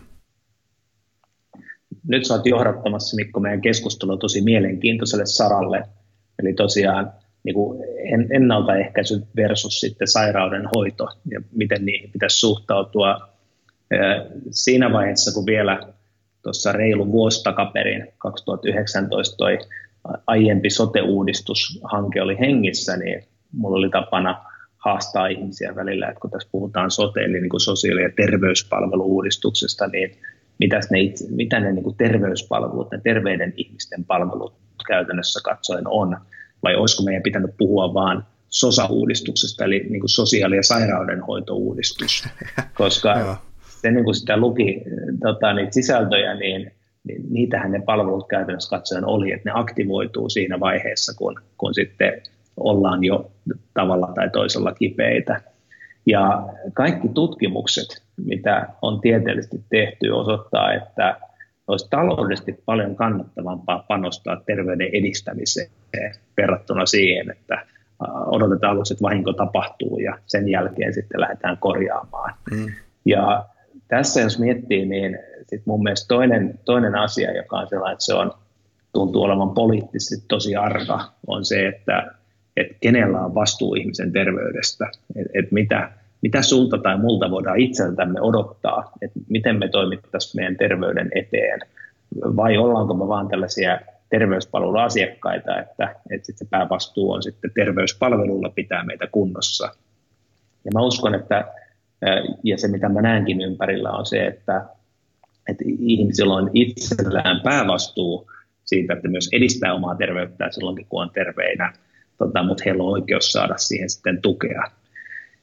Nyt sä oot johdattamassa, Mikko, meidän keskustelua tosi mielenkiintoiselle saralle, eli tosiaan niin kuin ennaltaehkäisy versus sitten sairauden hoito ja miten niihin pitäisi suhtautua. Siinä vaiheessa, kun vielä tuossa reilu vuosi takaperin, kaksituhattayhdeksäntoista, toi aiempi sote-uudistushanke oli hengissä, niin mulla oli tapana haastaa ihmisiä välillä, että kun tässä puhutaan sote, eli niin kuin sosiaali- ja terveyspalvelu-uudistuksesta, niin mitäs ne itse, mitä ne niin kuin terveyspalvelut, ne terveiden ihmisten palvelut käytännössä katsoen on, vai olisiko meidän pitänyt puhua vaan S O S A-uudistuksesta, eli niin kuin sosiaali- ja sairaudenhoito-uudistus, koska se niin kuin sitä luki tota, niitä sisältöjä, niin, niin niitähän ne palvelut käytännössä katsoen oli, että ne aktivoituu siinä vaiheessa, kun, kun sitten ollaan jo tavalla tai toisella kipeitä. Ja kaikki tutkimukset, mitä on tieteellisesti tehty, osoittaa, että olisi taloudellisesti paljon kannattavampaa panostaa terveyden edistämiseen verrattuna siihen, että odotetaan aluksi, että vahinko tapahtuu ja sen jälkeen sitten lähdetään korjaamaan. Mm. Ja tässä jos miettii, niin sit mun mielestä toinen, toinen asia, joka on sellainen, että se on, tuntuu olevan poliittisesti tosi arka, on se, että et kenellä on vastuu ihmisen terveydestä, että et mitä, mitä sulta tai multa voidaan itseltämme odottaa, että miten me toimittaisiin meidän terveyden eteen, vai ollaanko me vaan tällaisia terveyspalveluasiakkaita, että, että sit se päävastuu on sitten terveyspalvelulla pitää meitä kunnossa. Ja mä uskon, että ja se mitä mä näenkin ympärillä on se, että, että ihmisillä on itsellään päävastuu siitä, että myös edistää omaa terveyttään silloinkin, kun on terveinä, tota, mutta heillä on oikeus saada siihen sitten tukea.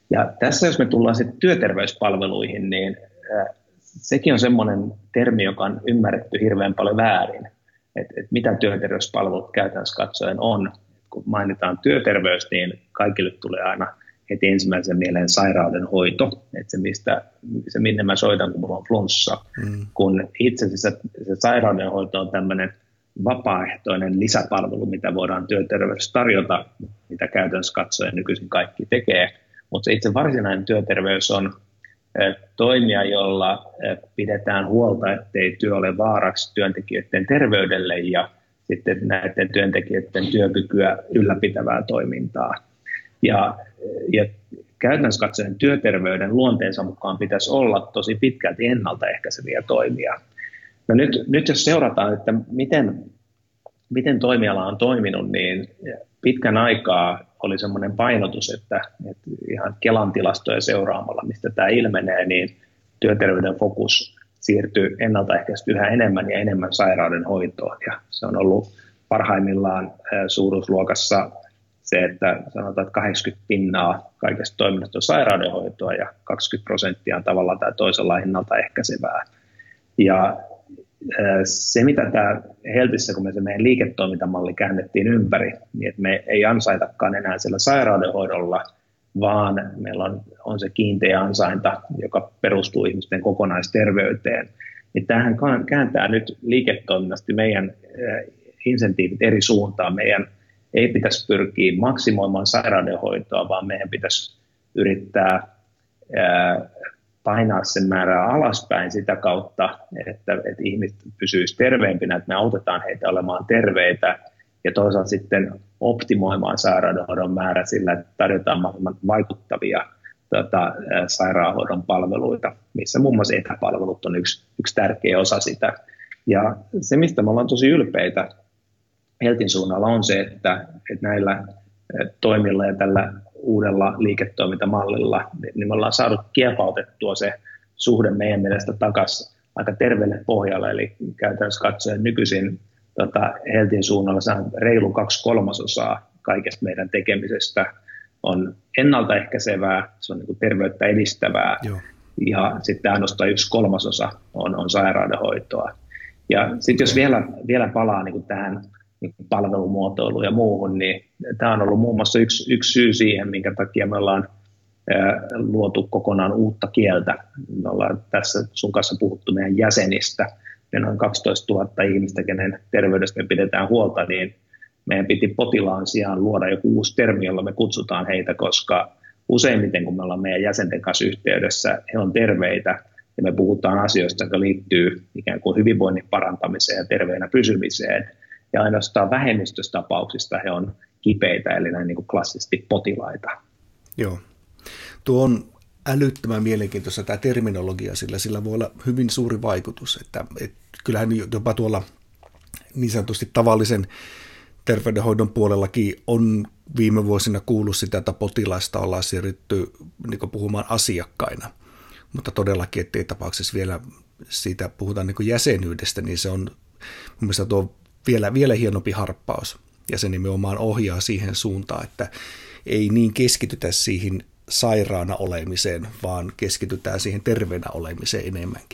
Ja tässä jos me tullaan sitten työterveyspalveluihin, niin sekin on semmoinen termi, joka on ymmärretty hirveän paljon väärin, että et mitä työterveyspalvelut käytännössä katsoen on. Kun mainitaan työterveys, niin kaikille tulee aina heti ensimmäisen mieleen sairaudenhoito, että se, mistä, se minne mä soitan, kun mulla on flunssa, mm. kun itse asiassa se sairaudenhoito on tämmöinen vapaaehtoinen lisäpalvelu, mitä voidaan työterveydessä tarjota, mitä käytännössä katsoen nykyisin kaikki tekee, mutta se itse varsinainen työterveys on toimia, jolla pidetään huolta, ettei työ ole vaaraksi työntekijöiden terveydelle ja sitten näiden työntekijöiden työkykyä ylläpitävää toimintaa. Ja, ja käytännössä katsoen työterveyden luonteensa mukaan pitäisi olla tosi pitkälti ennaltaehkäiseviä toimia. No nyt, nyt jos seurataan, että miten, miten toimiala on toiminut, niin pitkän aikaa oli semmoinen painotus, että, että ihan Kelan tilastoja seuraamalla, mistä tämä ilmenee, niin työterveyden fokus siirtyy ennaltaehkäisesti yhä enemmän ja enemmän sairaudenhoitoon. Ja se on ollut parhaimmillaan suuruusluokassa se, että sanotaan, että kahdeksankymmentä pinnaa kaikesta toiminnasta on sairaudenhoitoa ja kaksikymmentä prosenttia on tavallaan tai toisella ennaltaehkäisevää. Ja se, mitä tämä Heltissä, kun me se meidän liiketoimintamalli käännettiin ympäri, niin että me ei ansaitakaan enää sillä sairaudenhoidolla, vaan meillä on, on se kiinteä ansainta, joka perustuu ihmisten kokonaisterveyteen. Niin tämähän kääntää nyt liiketoiminnasti meidän insentiivit eri suuntaan. Meidän ei pitäisi pyrkiä maksimoimaan sairaudenhoitoa, vaan meidän pitäisi yrittää painaa sen määrää alaspäin sitä kautta, että, että ihmiset pysyisivät terveempinä, että me autetaan heitä olemaan terveitä ja toisaalta sitten optimoimaan sairaanhoidon määrä sillä, että tarjotaan mahdollisimman vaikuttavia tota, sairaanhoidon palveluita, missä muun muassa etäpalvelut on yksi, yksi tärkeä osa sitä. Ja se, mistä me ollaan tosi ylpeitä Heltin suunnalla on se, että, että näillä toimilla ja tällä uudella liiketoimintamallilla, niin me ollaan saanut kiepautettua se suhde meidän mielestä takaisin aika terveelle pohjalle, eli käytännössä katsoen nykyisin tota, Heltin suunnalla se on reilu kaksi kolmasosaa kaikesta meidän tekemisestä on ennaltaehkäisevää, se on niin kuin terveyttä edistävää, Joo. ja sitten ainoastaan yksi kolmasosa on, on sairaudenhoitoa. Ja sitten jos vielä, vielä palaa niin kuin tähän niin kuin palvelumuotoiluun ja muuhun, niin tämä on ollut muun muassa yksi, yksi syy siihen, minkä takia me ollaan ää, luotu kokonaan uutta kieltä. Me ollaan tässä sun kanssa puhuttu meidän jäsenistä. Meillä on kaksitoistatuhatta ihmistä, kenen terveydestä me pidetään huolta, niin meidän piti potilaan sijaan luoda joku uusi termi, jolla me kutsutaan heitä, koska useimmiten kun me ollaan meidän jäsenten kanssa yhteydessä, he on terveitä ja me puhutaan asioista, jotka liittyy ikään kuin hyvinvoinnin parantamiseen ja terveenä pysymiseen. Ja ainoastaan vähemmistöstapauksista he on kipeitä, eli näin niin kuin klassisesti potilaita.
Joo. Tuo on älyttömän mielenkiintoista tämä terminologia, sillä sillä voi olla hyvin suuri vaikutus. Että, et, kyllähän jopa tuolla niin sanotusti tavallisen terveydenhoidon puolellakin on viime vuosina kuullut sitä, että potilaista ollaan siirrytty niin puhumaan asiakkaina. Mutta todellakin, ettei tapauksessa vielä siitä puhutaan niin jäsenyydestä, niin se on mun mielestä tuo vielä, vielä hienompi harppaus. Ja se nimenomaan ohjaa siihen suuntaan, että ei niin keskitytä siihen sairaana olemiseen, vaan keskitytään siihen terveenä olemiseen enemmänkin.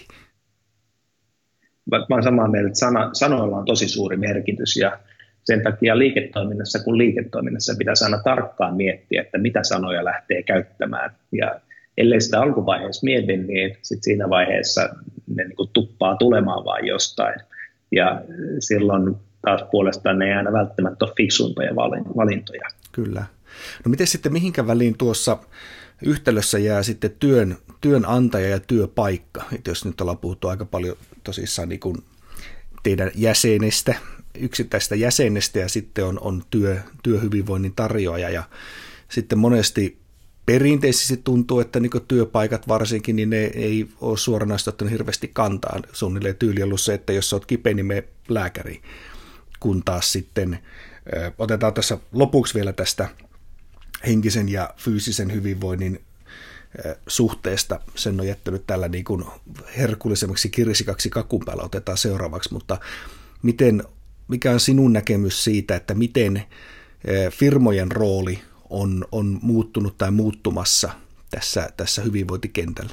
Mä olen samaa mieltä, että sana, sanoilla on tosi suuri merkitys ja sen takia liiketoiminnassa kun liiketoiminnassa pitäisi aina tarkkaan miettiä, että mitä sanoja lähtee käyttämään. Ja ellei sitä alkuvaiheessa mieti, niin sit siinä vaiheessa ne niin kuin tuppaa tulemaan vain jostain. Ja silloin taas puolestaan ne ei aina välttämättä ole fiksumpia valintoja.
Kyllä. No miten sitten mihinkä väliin tuossa yhtälössä jää sitten työn, työnantaja ja työpaikka? Et jos nyt ollaan puhuttu aika paljon tosissaan niin kuin teidän jäsenestä, yksittäistä jäsenestä ja sitten on, on työ, työhyvinvoinnin tarjoaja ja sitten monesti perinteisesti tuntuu, että niin työpaikat varsinkin, niin ne ei ole suoranaisesti ottanut hirveästi kantaa. Suunnilleen tyyli ollut se, että jos olet kipeä, niin mene lääkäriin. Kun taas sitten, ö, otetaan tässä lopuksi vielä tästä henkisen ja fyysisen hyvinvoinnin ö, suhteesta. Sen on jättänyt tällä niin kuin herkullisemmaksi kirsikaksi kakun päällä, otetaan seuraavaksi. Mutta miten, mikä on sinun näkemys siitä, että miten ö, firmojen rooli on, on muuttunut tai muuttumassa tässä, tässä hyvinvointikentällä?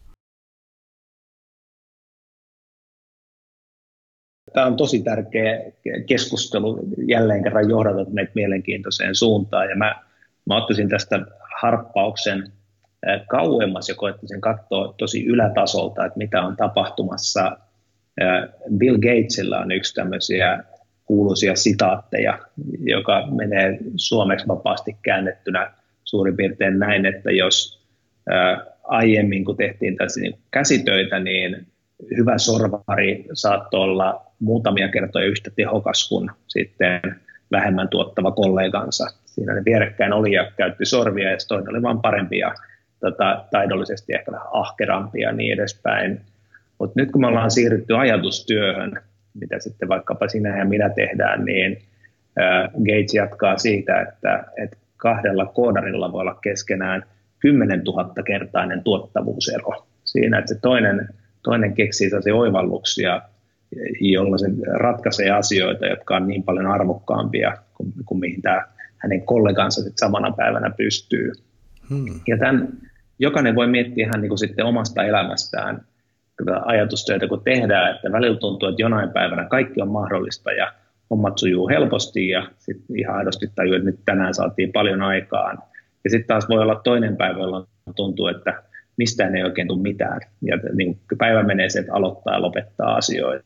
Tämä on tosi tärkeä keskustelu. Jälleen kerran johdatat meitä mielenkiintoiseen suuntaan. Ja mä, mä ottaisin tästä harppauksen kauemmas ja koettaisin katsoa tosi ylätasolta, että mitä on tapahtumassa. Bill Gatesilla on yksi tämmöisiä kuuluisia sitaatteja, joka menee suomeksi vapaasti käännettynä suurin piirtein näin, että jos aiemmin kun tehtiin tässä käsitöitä, niin hyvä sorvari saattoi olla muutamia kertoja yhtä tehokas kuin sitten vähemmän tuottava kollegansa. Siinä ne vierekkäin oli ja käytti sorvia ja toinen oli vaan parempi ja tota, taidollisesti ehkä vähän ahkerampia ja niin edespäin. Mutta nyt kun me ollaan siirrytty ajatustyöhön, mitä sitten vaikkapa sinä ja minä tehdään, niin äh, Gates jatkaa siitä, että, että kahdella koodarilla voi olla keskenään kymmenentuhatta kertainen tuottavuusero. Siinä, että se toinen, toinen keksii sellaisia oivalluksia, jolla se ratkaisee asioita, jotka on niin paljon arvokkaampia kuin, kuin mihin tämä hänen kollegansa sitten samana päivänä pystyy. Hmm. Ja tämän jokainen voi miettiä ihan niin kuin sitten omasta elämästään ajatustyötä, kun tehdään, että välillä tuntuu, että jonain päivänä kaikki on mahdollista ja hommat sujuu helposti ja sitten ihan aidosti tajuu, että nyt tänään saatiin paljon aikaan. Ja sitten taas voi olla toinen päivä, jolloin tuntuu, että mistään ei oikein tule mitään. Ja niin päivä menee se, että aloittaa ja lopettaa asioita.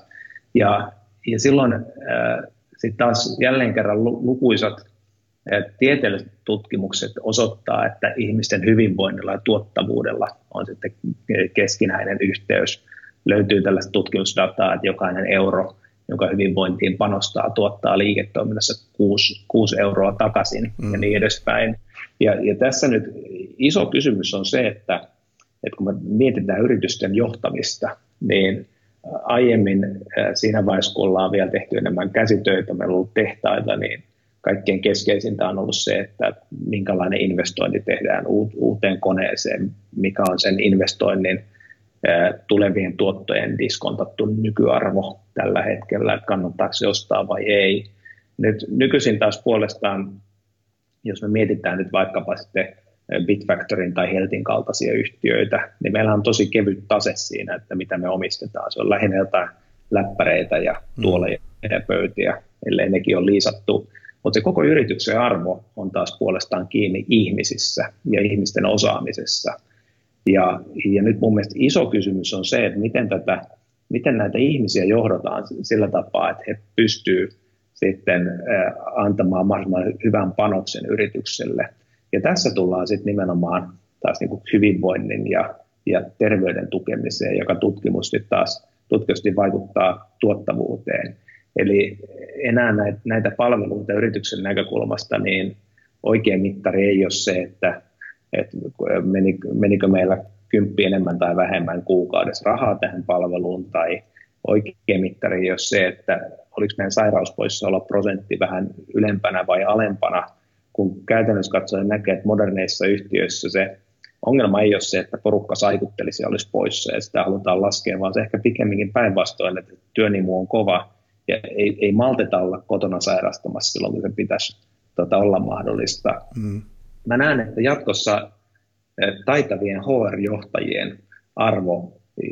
Ja, ja silloin äh, sitten taas jälleen kerran lukuisat äh, tieteelliset tutkimukset osoittaa, että ihmisten hyvinvoinnilla ja tuottavuudella on sitten keskinäinen yhteys. Löytyy tällaista tutkimusdataa, että jokainen euro, joka hyvinvointiin panostaa, tuottaa liiketoiminnassa kuusi, kuusi euroa takaisin mm. ja niin edespäin. Ja, ja tässä nyt iso kysymys on se, että, että kun me mietitään yritysten johtamista, niin aiemmin siinä vaiheessa, kun ollaan vielä tehty enemmän käsitöitä, meillä on ollut tehtaita, niin kaikkein keskeisintä on ollut se, että minkälainen investointi tehdään uuteen koneeseen, mikä on sen investoinnin tulevien tuottojen diskontattu nykyarvo tällä hetkellä, että kannattaako se ostaa vai ei. Nyt nykyisin taas puolestaan, jos me mietitään nyt vaikkapa sitten Bitfactorin tai Heltin kaltaisia yhtiöitä, niin meillä on tosi kevyt tase siinä, että mitä me omistetaan. Se on lähinnä jotain läppäreitä ja tuoleja ja pöytiä, ellei nekin ole liisattu. Mutta se koko yrityksen arvo on taas puolestaan kiinni ihmisissä ja ihmisten osaamisessa. Ja, ja nyt mun mielestä iso kysymys on se, että miten, tätä, miten näitä ihmisiä johdataan sillä tapaa, että he pystyvät sitten antamaan mahdollisimman hyvän panoksen yritykselle. Ja tässä tullaan sitten nimenomaan taas niin kuin hyvinvoinnin ja, ja terveyden tukemiseen, joka tutkimusti taas tutkimusti vaikuttaa tuottavuuteen. Eli enää näitä, näitä palveluita yrityksen näkökulmasta, niin oikea mittari ei ole se, että, että menikö meillä kymppi enemmän tai vähemmän kuukaudessa rahaa tähän palveluun, tai oikea mittari ei ole se, että oliko meidän sairauspoissaolo prosentti vähän ylempänä vai alempana, kun käytännössä katsoen näkee, että moderneissa yhtiöissä se ongelma ei ole se, että porukka saikuttelisi ja olisi poissa ja sitä halutaan laskea, vaan se ehkä pikemminkin päinvastoin, että työnimu on kova ja ei, ei malteta olla kotona sairastamassa silloin, kun se pitäisi tota, olla mahdollista. Mm. Mä näen, että jatkossa taitavien H R-johtajien arvo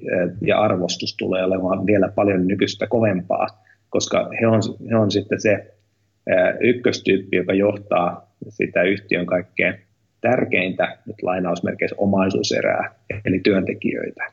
ja arvostus tulee olemaan vielä paljon nykyistä kovempaa, koska he on, he on sitten se ykköstyyppi, joka johtaa sitä yhtiön kaikkein tärkeintä, nyt lainausmerkeissä omaisuuserää, eli työntekijöitä.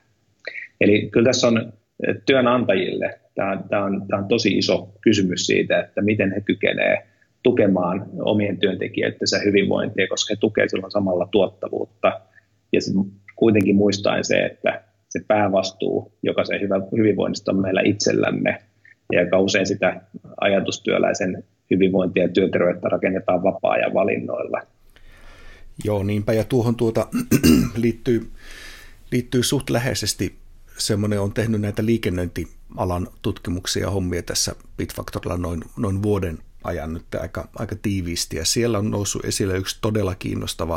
Eli kyllä tässä on työnantajille, tämä on, tämä on, tämä on tosi iso kysymys siitä, että miten he kykenevät tukemaan omien työntekijöidensä hyvinvointia, koska he tukevat silloin samalla tuottavuutta. Ja kuitenkin muistaen se, että se päävastuu jokaisen hyvinvoinnista on meillä itsellämme, ja joka usein sitä ajatustyöläisen hyvinvointia ja työterveyttä rakennetaan vapaa-ajan valinnoilla.
Joo, niinpä, ja tuohon tuota, liittyy, liittyy suht läheisesti semmoinen, on tehnyt näitä liikennöintialan tutkimuksia ja hommia tässä Bitfactorilla noin, noin vuoden ajan nyt aika, aika tiiviisti, ja siellä on noussut esille yksi todella kiinnostava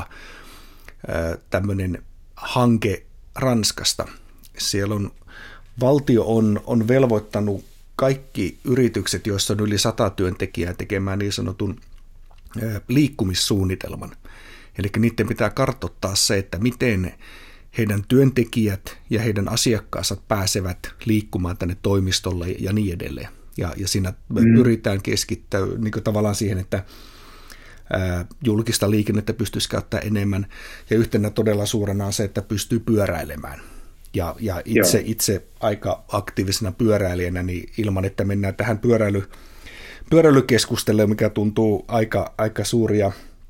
ää, tämmöinen hanke Ranskasta. Siellä on, valtio on, on velvoittanut kaikki yritykset, joissa on yli sata työntekijää, tekemään niin sanotun ää, liikkumissuunnitelman. Eli niiden pitää kartoittaa se, että miten heidän työntekijät ja heidän asiakkaansa pääsevät liikkumaan tänne toimistolle ja niin edelleen. Ja, ja siinä mm. pyritään keskittämään niin tavallaan siihen, että ää, julkista liikennettä pystyisi käyttämään enemmän. Ja yhtenä todella suurena on se, että pystyy pyöräilemään. Ja, ja itse, itse aika aktiivisena pyöräilijänä, niin ilman, että mennään tähän pyöräily, pyöräilykeskusteluun, mikä tuntuu aika, aika suuria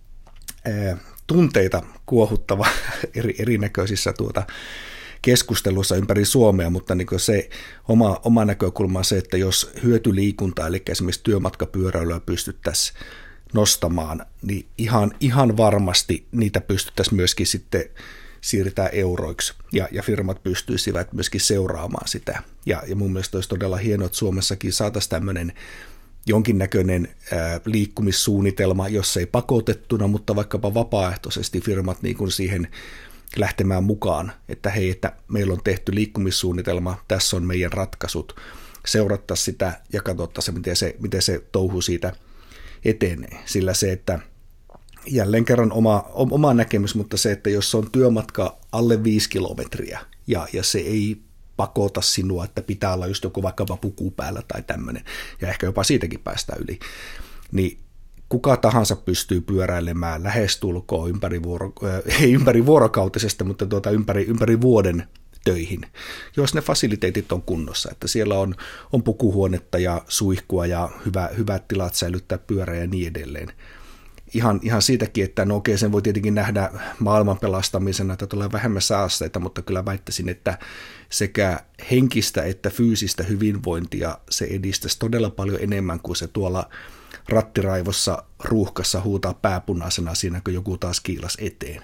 ää, tunteita kuohuttava eri, erinäköisissä tuota keskusteluissa ympäri Suomea, mutta niin se oma, oma näkökulma on se, että jos hyötyliikuntaa, eli esimerkiksi työmatkapyöräilyä pystyttäisiin nostamaan, niin ihan, ihan varmasti niitä pystyttäisiin myöskin sitten siirtää euroiksi, ja, ja firmat pystyisivät myöskin seuraamaan sitä. Ja, ja mun mielestä olisi todella hienoa, että Suomessakin saataisiin tämmöinen jonkinnäköinen ää, liikkumissuunnitelma, jos ei pakotettuna, mutta vaikkapa vapaaehtoisesti firmat niin kuin siihen lähtemään mukaan, että hei, että meillä on tehty liikkumissuunnitelma, tässä on meidän ratkaisut, seuratta sitä ja katsottaisiin, miten se, miten se touhu siitä etenee. Sillä se, että jälleen kerran oma, oma näkemys, mutta se, että jos on työmatka alle viisi kilometriä ja, ja se ei pakota sinua, että pitää olla just joku vaikkapa puku päällä tai tämmöinen, ja ehkä jopa siitäkin päästään yli, niin kuka tahansa pystyy pyöräilemään lähestulkoon ympäri, vuoro, äh, ei ympäri vuorokautisesta, mutta tuota ympäri, ympäri vuoden töihin, jos ne fasiliteetit on kunnossa, että siellä on, on pukuhuonetta ja suihkua ja hyvä, hyvät tilat säilyttää pyörää ja niin edelleen. Ihan, ihan siitäkin, että no okei, sen voi tietenkin nähdä maailman pelastamisena, että tulee vähemmän saasteita, mutta kyllä väittäisin, että sekä henkistä että fyysistä hyvinvointia se edistäisi todella paljon enemmän kuin se tuolla rattiraivossa ruuhkassa huutaa pääpunaisena siinä, kun joku taas kiilas eteen.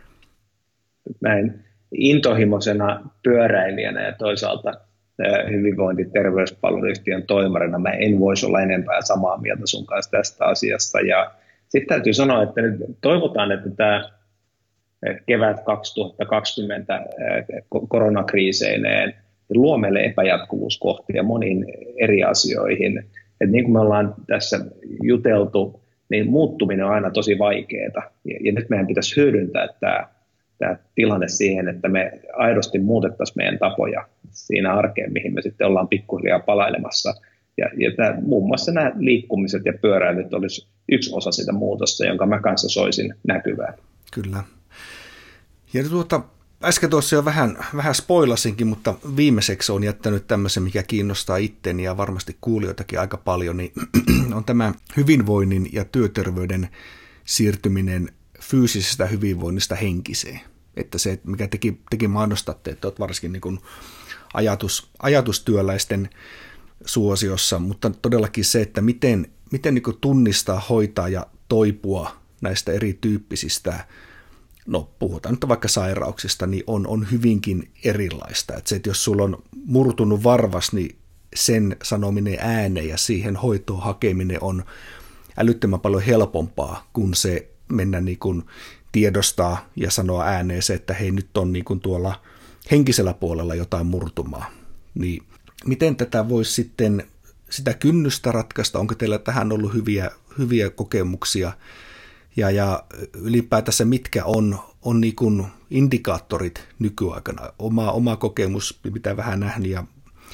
Näin intohimoisena pyöräilijänä ja toisaalta hyvinvointi- terveyspalveluyhtiön toimarina mä en voisi olla enempää samaa mieltä sun kanssa tästä asiasta. Ja sitten täytyy sanoa, että nyt toivotaan, että tämä kevät kaksituhattakaksikymmentä koronakriiseineen luo meille epäjatkuvuuskohtia moniin eri asioihin. Et niin kuin me ollaan tässä juteltu, niin muuttuminen on aina tosi vaikeaa. Ja, ja nyt meidän pitäisi hyödyntää tämä, tämä tilanne siihen, että me aidosti muutettaisiin meidän tapoja siinä arkeen, mihin me sitten ollaan pikkuhiljaa palailemassa. Ja, ja tämä, muun muassa nämä liikkumiset ja pyöräilyt olisi yksi osa sitä muutosta, jonka mä kanssa soisin näkyvää.
Kyllä. Ja tuota, äsken tuossa jo vähän, vähän spoilasinkin, mutta viimeiseksi on jättänyt tämmöisen, mikä kiinnostaa itteni ja varmasti kuulijoitakin aika paljon, niin on tämä hyvinvoinnin ja työterveyden siirtyminen fyysisestä hyvinvoinnista henkiseen. Että se, mikä teki, teki mainostatte, että olet varsinkin niin kuin ajatus, ajatustyöläisten suosiossa, mutta todellakin se, että miten, miten niin kuin tunnistaa, hoitaa ja toipua näistä erityyppisistä, no puhutaan nyt vaikka sairauksista, niin on, on hyvinkin erilaista. Että se, että jos sulla on murtunut varvas, niin sen sanominen ääneen ja siihen hoitoon hakeminen on älyttömän paljon helpompaa, kun se mennä niin kuin tiedostaa ja sanoa ääneen se, että hei, nyt on niin kuin tuolla henkisellä puolella jotain murtumaa. Niin miten tätä voisi sitten sitä kynnystä ratkaista? Onko teillä tähän ollut hyviä, hyviä kokemuksia? Ja, ja ylipäätänsä mitkä on, on niin kuin indikaattorit nykyaikana? Oma, oma kokemus, mitä vähän nähnyt, ja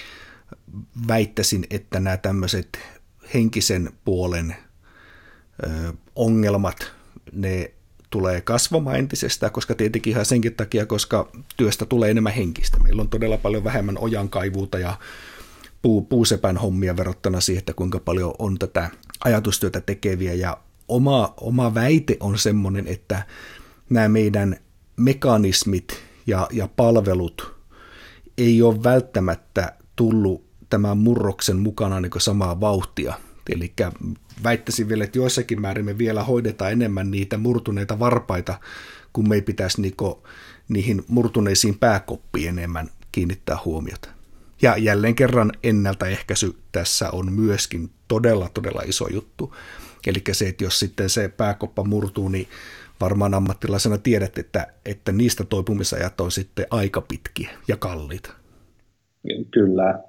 väittäisin, että nämä tämmöiset henkisen puolen ö, ongelmat, ne tulee kasvamaan entisestään, koska tietenkin ihan senkin takia, koska työstä tulee enemmän henkistä. Meillä on todella paljon vähemmän ojankaivuuta ja puu, puusepän hommia verrattuna siihen, että kuinka paljon on tätä ajatustyötä tekeviä. Ja oma, oma väite on semmoinen, että nämä meidän mekanismit ja, ja palvelut ei ole välttämättä tullut tämän murroksen mukana niin kuin samaa vauhtia. Eli väittäisin vielä, että joissakin määrin me vielä hoidetaan enemmän niitä murtuneita varpaita, kun me ei pitäisi niinku niihin murtuneisiin pääkoppiin enemmän kiinnittää huomiota. Ja jälleen kerran ennaltaehkäisy tässä on myöskin todella, todella iso juttu. Eli se, että jos sitten se pääkoppa murtuu, niin varmaan ammattilaisena tiedät, että, että niistä toipumisajat on sitten aika pitkiä ja kalliita.
Kyllä.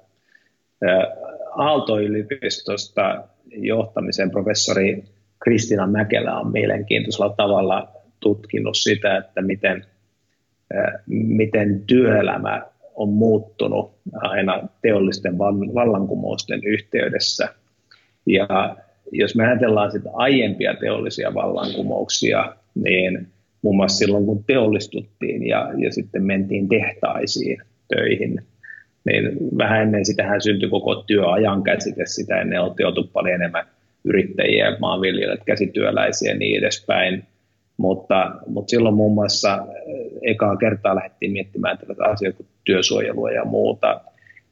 Aalto-yliopistosta johtamisen professori Kristiina Mäkelä on mielenkiintoisella tavalla tutkinut sitä, että miten, miten työelämä on muuttunut aina teollisten vallankumousten yhteydessä. Ja jos me ajatellaan sitä aiempia teollisia vallankumouksia, niin muun muassa silloin kun teollistuttiin ja, ja sitten mentiin tehtaisiin töihin, niin vähän ennen sitähän syntyi koko työajan käsite, sitä ennen oltiin oltu paljon enemmän yrittäjiä, maanviljelijät, käsityöläisiä ja niin edespäin. Mutta, mutta silloin muun muassa ekaa kertaa lähdettiin miettimään tällaista asioita kuin työsuojelua ja muuta.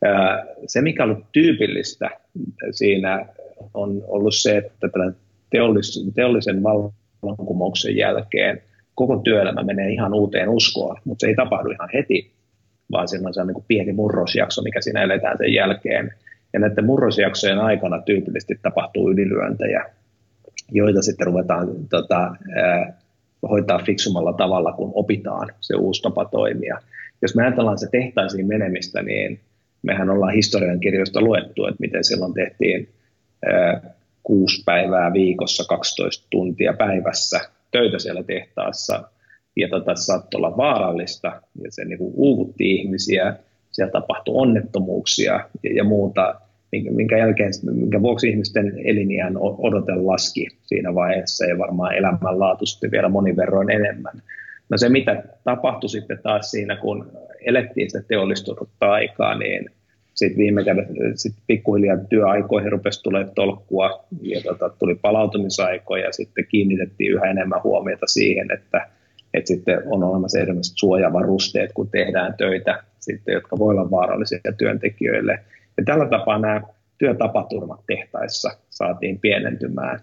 Se, mikä on ollut tyypillistä siinä, on ollut se, että teollis, teollisen vallankumouksen jälkeen koko työelämä menee ihan uuteen uskoon, mutta se ei tapahdu ihan heti, vaan siinä on se niin kuin pieni murrosjakso, mikä siinä eletään sen jälkeen. Ja näiden murrosjaksojen aikana tyypillisesti tapahtuu ylilyöntejä, joita sitten ruvetaan tota, ää, hoitaa fiksumalla tavalla, kun opitaan se uusi tapa toimia. Jos me ajatellaan se tehtaisiin menemistä, niin mehän ollaan historiankirjoista luettu, että miten silloin tehtiin ää, kuusi päivää viikossa, kaksitoista tuntia päivässä töitä siellä tehtaassa, ja tota, saattoi olla vaarallista, ja se niin kuin uuvutti ihmisiä, siellä tapahtui onnettomuuksia ja, ja muuta, minkä, minkä, jälkeen, minkä vuoksi ihmisten eliniän odote laski siinä vaiheessa, ja varmaan elämänlaatu sitten vielä monin verroin enemmän. No se, mitä tapahtui sitten taas siinä, kun elettiin sitä teollistunutta aikaa, niin sitten viime kädessä sit pikkuhiljaa työaikoihin rupesi tulemaan tolkkua, ja tota, tuli palautumisaikoja, ja sitten kiinnitettiin yhä enemmän huomiota siihen, että että sitten on olemassa erilaisia suojavarusteet, kun tehdään töitä, sitten, jotka voi olla vaarallisia työntekijöille. Ja tällä tapaa nämä työtapaturmat tehtaissa saatiin pienentymään.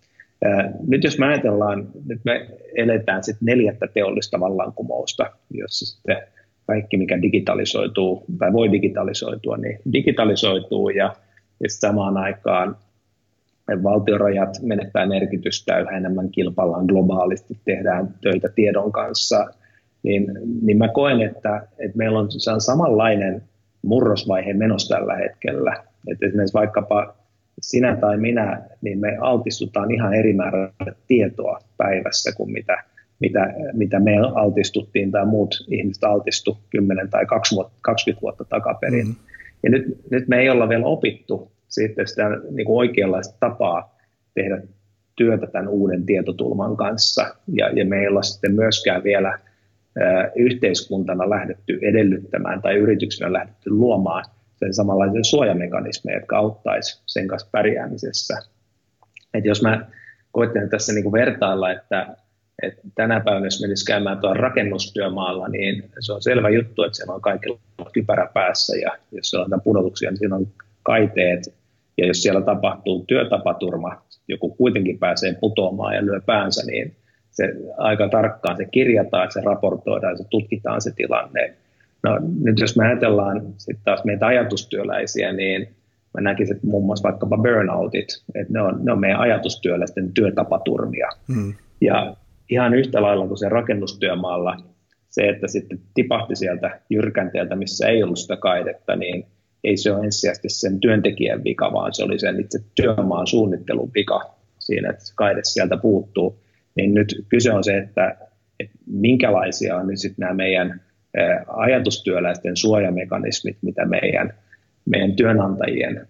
Nyt jos me ajatellaan, nyt me eletään sitten neljättä teollista vallankumousta, jossa sitten kaikki, mikä digitalisoituu tai voi digitalisoitua, niin digitalisoituu ja, ja samaan aikaan valtiorajat menettää merkitystä, yhä enemmän kilpaillaan globaalisti, tehdään töitä tiedon kanssa, niin, niin mä koen, että, että meillä on, se on samanlainen murrosvaihe menossa tällä hetkellä. Että esimerkiksi vaikkapa sinä tai minä, niin me altistutaan ihan eri määrä tietoa päivässä kuin mitä, mitä, mitä me altistuttiin tai muut ihmiset altistu kymmenen tai kaksikymmentä vuotta takaperin. Mm. Ja nyt, nyt me ei olla vielä opittu sitten sitä niin kuin oikeanlaista tapaa tehdä työtä tämän uuden tietotulman kanssa. Ja, ja me ei olla sitten myöskään vielä ä, yhteiskuntana lähdetty edellyttämään tai yrityksenä lähdetty luomaan sen samanlaisia suojamekanismeja, jotka auttaisi sen kanssa pärjäämisessä. Et jos mä koittelen tässä niin kuin vertailla, että, että tänä päivänä jos menisi käymään tuolla rakennustyömaalla, niin se on selvä juttu, että siellä on kaikilla kypärä päässä ja jos siellä on pudotuksia, niin siinä on kaiteet, ja jos siellä tapahtuu työtapaturma, joku kuitenkin pääsee putoamaan ja lyö päänsä, niin se aika tarkkaan se kirjataan, se raportoidaan, se tutkitaan se tilanne. No nyt jos me ajatellaan sitten taas meitä ajatustyöläisiä, niin mä näkisin, että muun muassa vaikkapa burnoutit, että ne on, ne on meidän ajatustyöläisten työtapaturmia. Hmm. Ja ihan yhtä lailla kuin se rakennustyömaalla, se, että sitten tipahti sieltä jyrkänteeltä, missä ei ollut sitä kaidetta, niin ei se ole ensisijaisesti sen työntekijän vika, vaan se oli sen itse työmaan suunnittelun vika siinä, että se kaide sieltä puuttuu. Niin nyt kyse on se, että, että minkälaisia on nyt sitten nämä meidän ajatustyöläisten suojamekanismit, mitä meidän, meidän työnantajien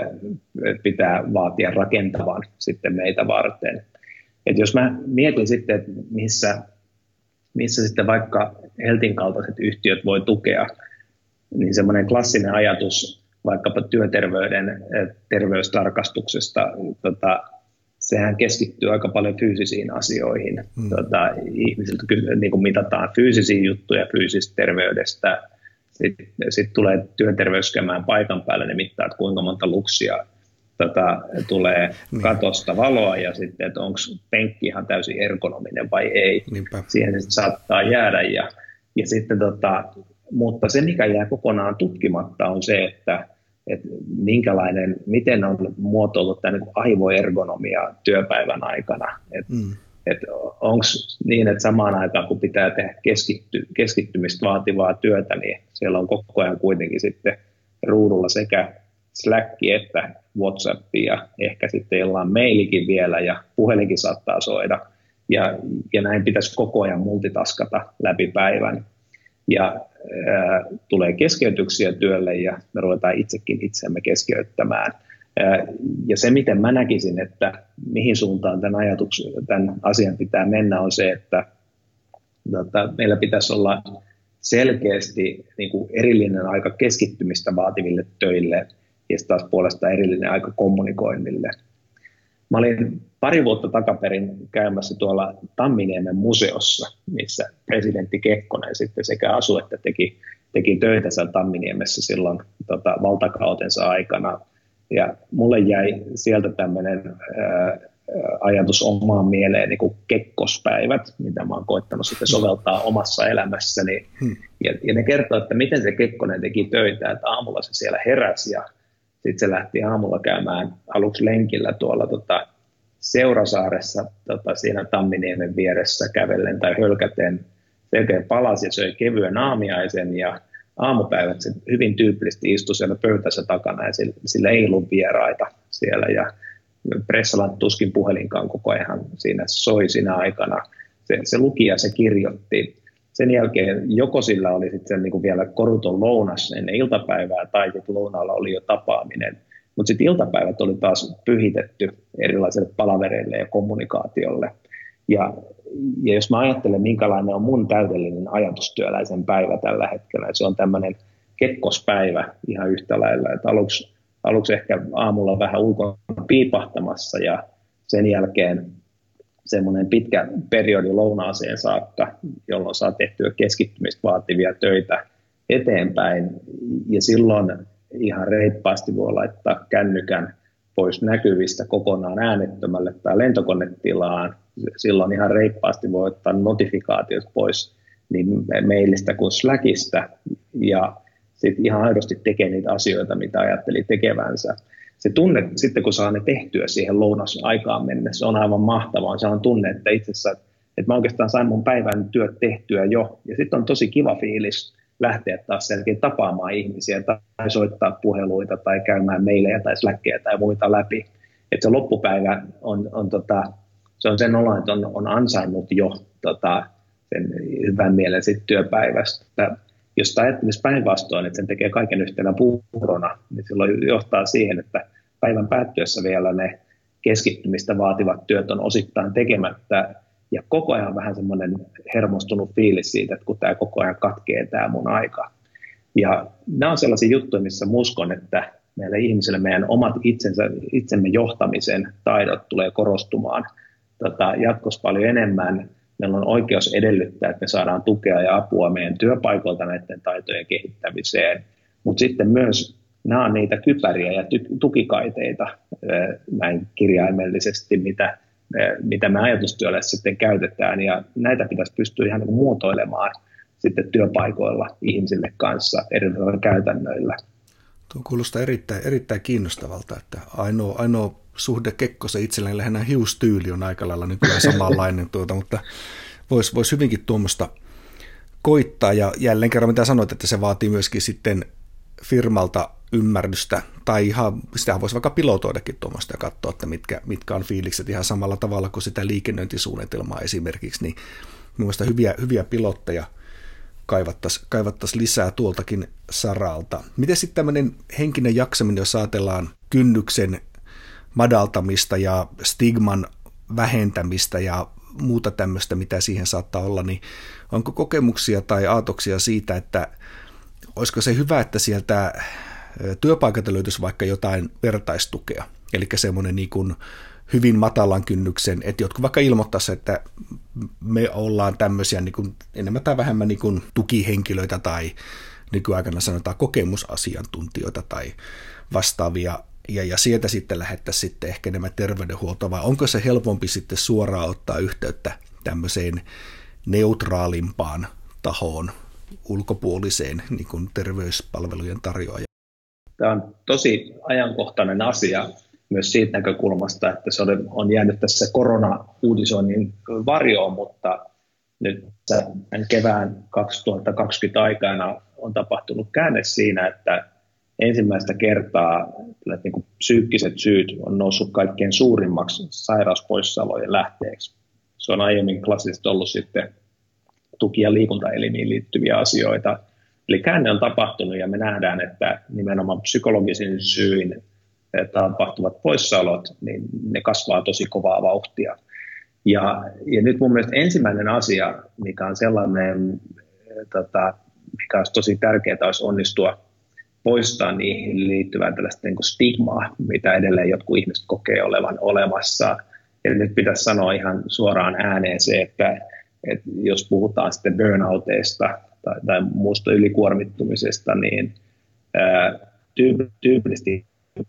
pitää vaatia rakentavan sitten meitä varten. Et jos mä mietin sitten, että missä, missä sitten vaikka Heltin kaltaiset yhtiöt voi tukea, niin semmoinen klassinen ajatus vaikkapa työterveyden terveystarkastuksesta, tota, sehän keskittyy aika paljon fyysisiin asioihin. Mm. Tota, ihmisiltä niin kuin mitataan fyysisiä juttuja fyysistä terveydestä. Sitten sit tulee työterveys käymään paikan päälle, ne mittaa, että kuinka monta luksia tota, tulee katosta valoa ja sitten, että onko penkki ihan täysin ergonominen vai ei. Niinpä. Siihen se saattaa jäädä. Ja, ja sitten, tota, mutta se, mikä jää kokonaan tutkimatta, on se, että että minkälainen, miten on muotoillut tämä niin aivoergonomia työpäivän aikana. Että mm. et onko niin, että samaan aikaan kun pitää tehdä keskitty, keskittymistä vaativaa työtä, niin siellä on koko ajan kuitenkin sitten ruudulla sekä Slack että WhatsApp ja ehkä sitten jollain mailikin vielä ja puhelinkin saattaa soida. ja, ja näin pitäisi koko ajan multitaskata läpi päivän. Ja ää, tulee keskeytyksiä työlle ja me ruvetaan itsekin itseämme keskeyttämään. Ää, ja se, miten mä näkisin, että mihin suuntaan tämän, ajatuksen, tämän asian pitää mennä, on se, että tota, meillä pitäisi olla selkeästi niin kuin erillinen aika keskittymistä vaativille töille ja taas puolestaan erillinen aika kommunikoinnille. Mä olin pari vuotta takaperin käymässä tuolla Tamminiemen museossa, missä presidentti Kekkonen sitten sekä asui että teki, teki töitä siellä Tamminiemessä silloin tota, valtakautensa aikana. Ja mulle jäi sieltä tämmöinen ää, ajatus omaan mieleen niin kuin kekkospäivät, mitä mä oon koittanut sitten soveltaa omassa elämässäni. Hmm. Ja, ja ne kertoo, että miten se Kekkonen teki töitä, että aamulla se siellä heräsi ja sitten se lähti aamulla käymään aluksi lenkillä tuolla tota, Seurasaaressa tota, siinä Tamminiemen vieressä kävellen tai hölkäten. Se palasi ja söi kevyen aamiaisen ja aamupäivät se hyvin tyypillisesti istui siellä pöytässä takana ja sillä, sillä ei ollut vieraita siellä. Ja Pressalan tuskin puhelinkaan koko ajan siinä soi siinä aikana. Se, se luki ja se kirjoitti. Sen jälkeen joko sillä oli sitten niin kuin vielä koruton lounas ennen iltapäivää tai sitten lounaalla oli jo tapaaminen. Mutta sitten iltapäivät oli taas pyhitetty erilaisille palavereille ja kommunikaatiolle. Ja, ja jos mä ajattelen, minkälainen on mun täydellinen ajatustyöläisen päivä tällä hetkellä, että se on tämmöinen kekkospäivä ihan yhtä lailla, että aluksi, aluksi ehkä aamulla vähän ulkona piipahtamassa ja sen jälkeen semmoinen pitkä periodi lounaaseen saakka, jolloin saa tehtyä keskittymistä vaativia töitä eteenpäin. Ja silloin ihan reippaasti voi laittaa kännykän pois näkyvistä kokonaan äänettömälle tai lentokonetilaan. Silloin ihan reippaasti voi ottaa notifikaatiot pois niin mailista kuin Slackista ja sitten ihan aidosti tekee niitä asioita, mitä ajatteli tekevänsä. Se tunne, sitten kun saa ne tehtyä siihen lounasaikaan mennessä, on aivan mahtavaa. Se on tunne, että itse asiassa, että mä oikeastaan sain mun päivän työt tehtyä jo. Ja sitten on tosi kiva fiilis lähteä taas selkeä tapaamaan ihmisiä tai soittaa puheluita tai käymään meilejä tai Slackia tai muita läpi. Että se loppupäivä on, on, tota, se on sen olo, että on, on ansainnut jo tota, sen hyvän mielen sit työpäivästä. Jos ajattelisi päinvastoin, että sen tekee kaiken yhtenä puurona, niin silloin johtaa siihen, että päivän päättyessä vielä ne keskittymistä vaativat työt on osittain tekemättä ja koko ajan vähän semmoinen hermostunut fiilis siitä, että kun tämä koko ajan katkee tämä mun aika. Ja nämä on sellaisia juttuja, missä uskon, että meillä ihmisille meidän omat itsensä, itsemme johtamisen taidot tulee korostumaan tota, jatkossa paljon enemmän. Meillä on oikeus edellyttää, että me saadaan tukea ja apua meidän työpaikoilta näiden taitojen kehittämiseen, mutta sitten myös nämä on niitä kypäriä ja tukikaiteita näin kirjaimellisesti, mitä, mitä me ajatustyöllä sitten käytetään, ja näitä pitäisi pystyä ihan niin kuin muotoilemaan sitten työpaikoilla ihmisille kanssa erilaisilla käytännöillä.
Tuo kuulostaa erittäin, erittäin kiinnostavalta, että ainoa, ainoa suhde Kekkosen itselleen lähinnä hiustyyli on aika lailla nykyään samanlainen, tuota, mutta voisi vois hyvinkin tuommoista koittaa, ja jälleen kerran mitä sanoit, että se vaatii myöskin sitten firmalta ymmärrystä, tai ihan, sitä voisi vaikka pilotoidakin tuommoista ja katsoa, että mitkä, mitkä on fiilikset ihan samalla tavalla kuin sitä liikennöintisuunnitelmaa esimerkiksi, niin mielestäni hyviä, hyviä pilotteja kaivattaisiin kaivattais lisää tuoltakin saralta. Miten sitten tämmöinen henkinen jaksaminen, jos ajatellaan kynnyksen madaltamista ja stigman vähentämistä ja muuta tämmöistä, mitä siihen saattaa olla, niin onko kokemuksia tai aatoksia siitä, että olisiko se hyvä, että sieltä työpaikalta löytyisi vaikka jotain vertaistukea, eli semmoinen niin kuin hyvin matalan kynnyksen, että jotkut vaikka ilmoittaisi, että me ollaan tämmöisiä niin kuin enemmän tai vähemmän niin kuin tukihenkilöitä tai nykyaikana sanotaan kokemusasiantuntijoita tai vastaavia, ja, ja sieltä sitten lähettäisiin sitten ehkä enemmän terveydenhuoltoa, vai onko se helpompi sitten suoraan ottaa yhteyttä tämmöiseen neutraalimpaan tahoon, ulkopuoliseen niin kuin terveyspalvelujen tarjoaja?
Tämä on tosi ajankohtainen asia myös siitä näkökulmasta, että se on jäänyt tässä korona-uutisoinnin varjoon, niin nyt kevään kaksituhattakaksikymmentä aikana on tapahtunut käänne siinä, että ensimmäistä kertaa niin kuin psyykkiset syyt on noussut kaikkein suurimmaksi sairauspoissaolojen lähteeksi. se on aiemmin klassisesti ollut sitten tuki- ja liikuntaelimiin liittyviä asioita. Eli käänne on tapahtunut ja me nähdään, että nimenomaan psykologisin syin tapahtuvat poissaolot, niin ne kasvaa tosi kovaa vauhtia. Ja, ja nyt mun mielestä ensimmäinen asia, mikä on sellainen, tota, mikä olisi tosi tärkeää, olisi onnistua poistaa niihin liittyvää tällaista niin kuin stigmaa, mitä edelleen jotkut ihmiset kokee olevan olemassa. Ja nyt pitäisi sanoa ihan suoraan ääneen se, että, että jos puhutaan sitten burnouteista tai, tai muusta ylikuormittumisesta, niin ää, tyypillisesti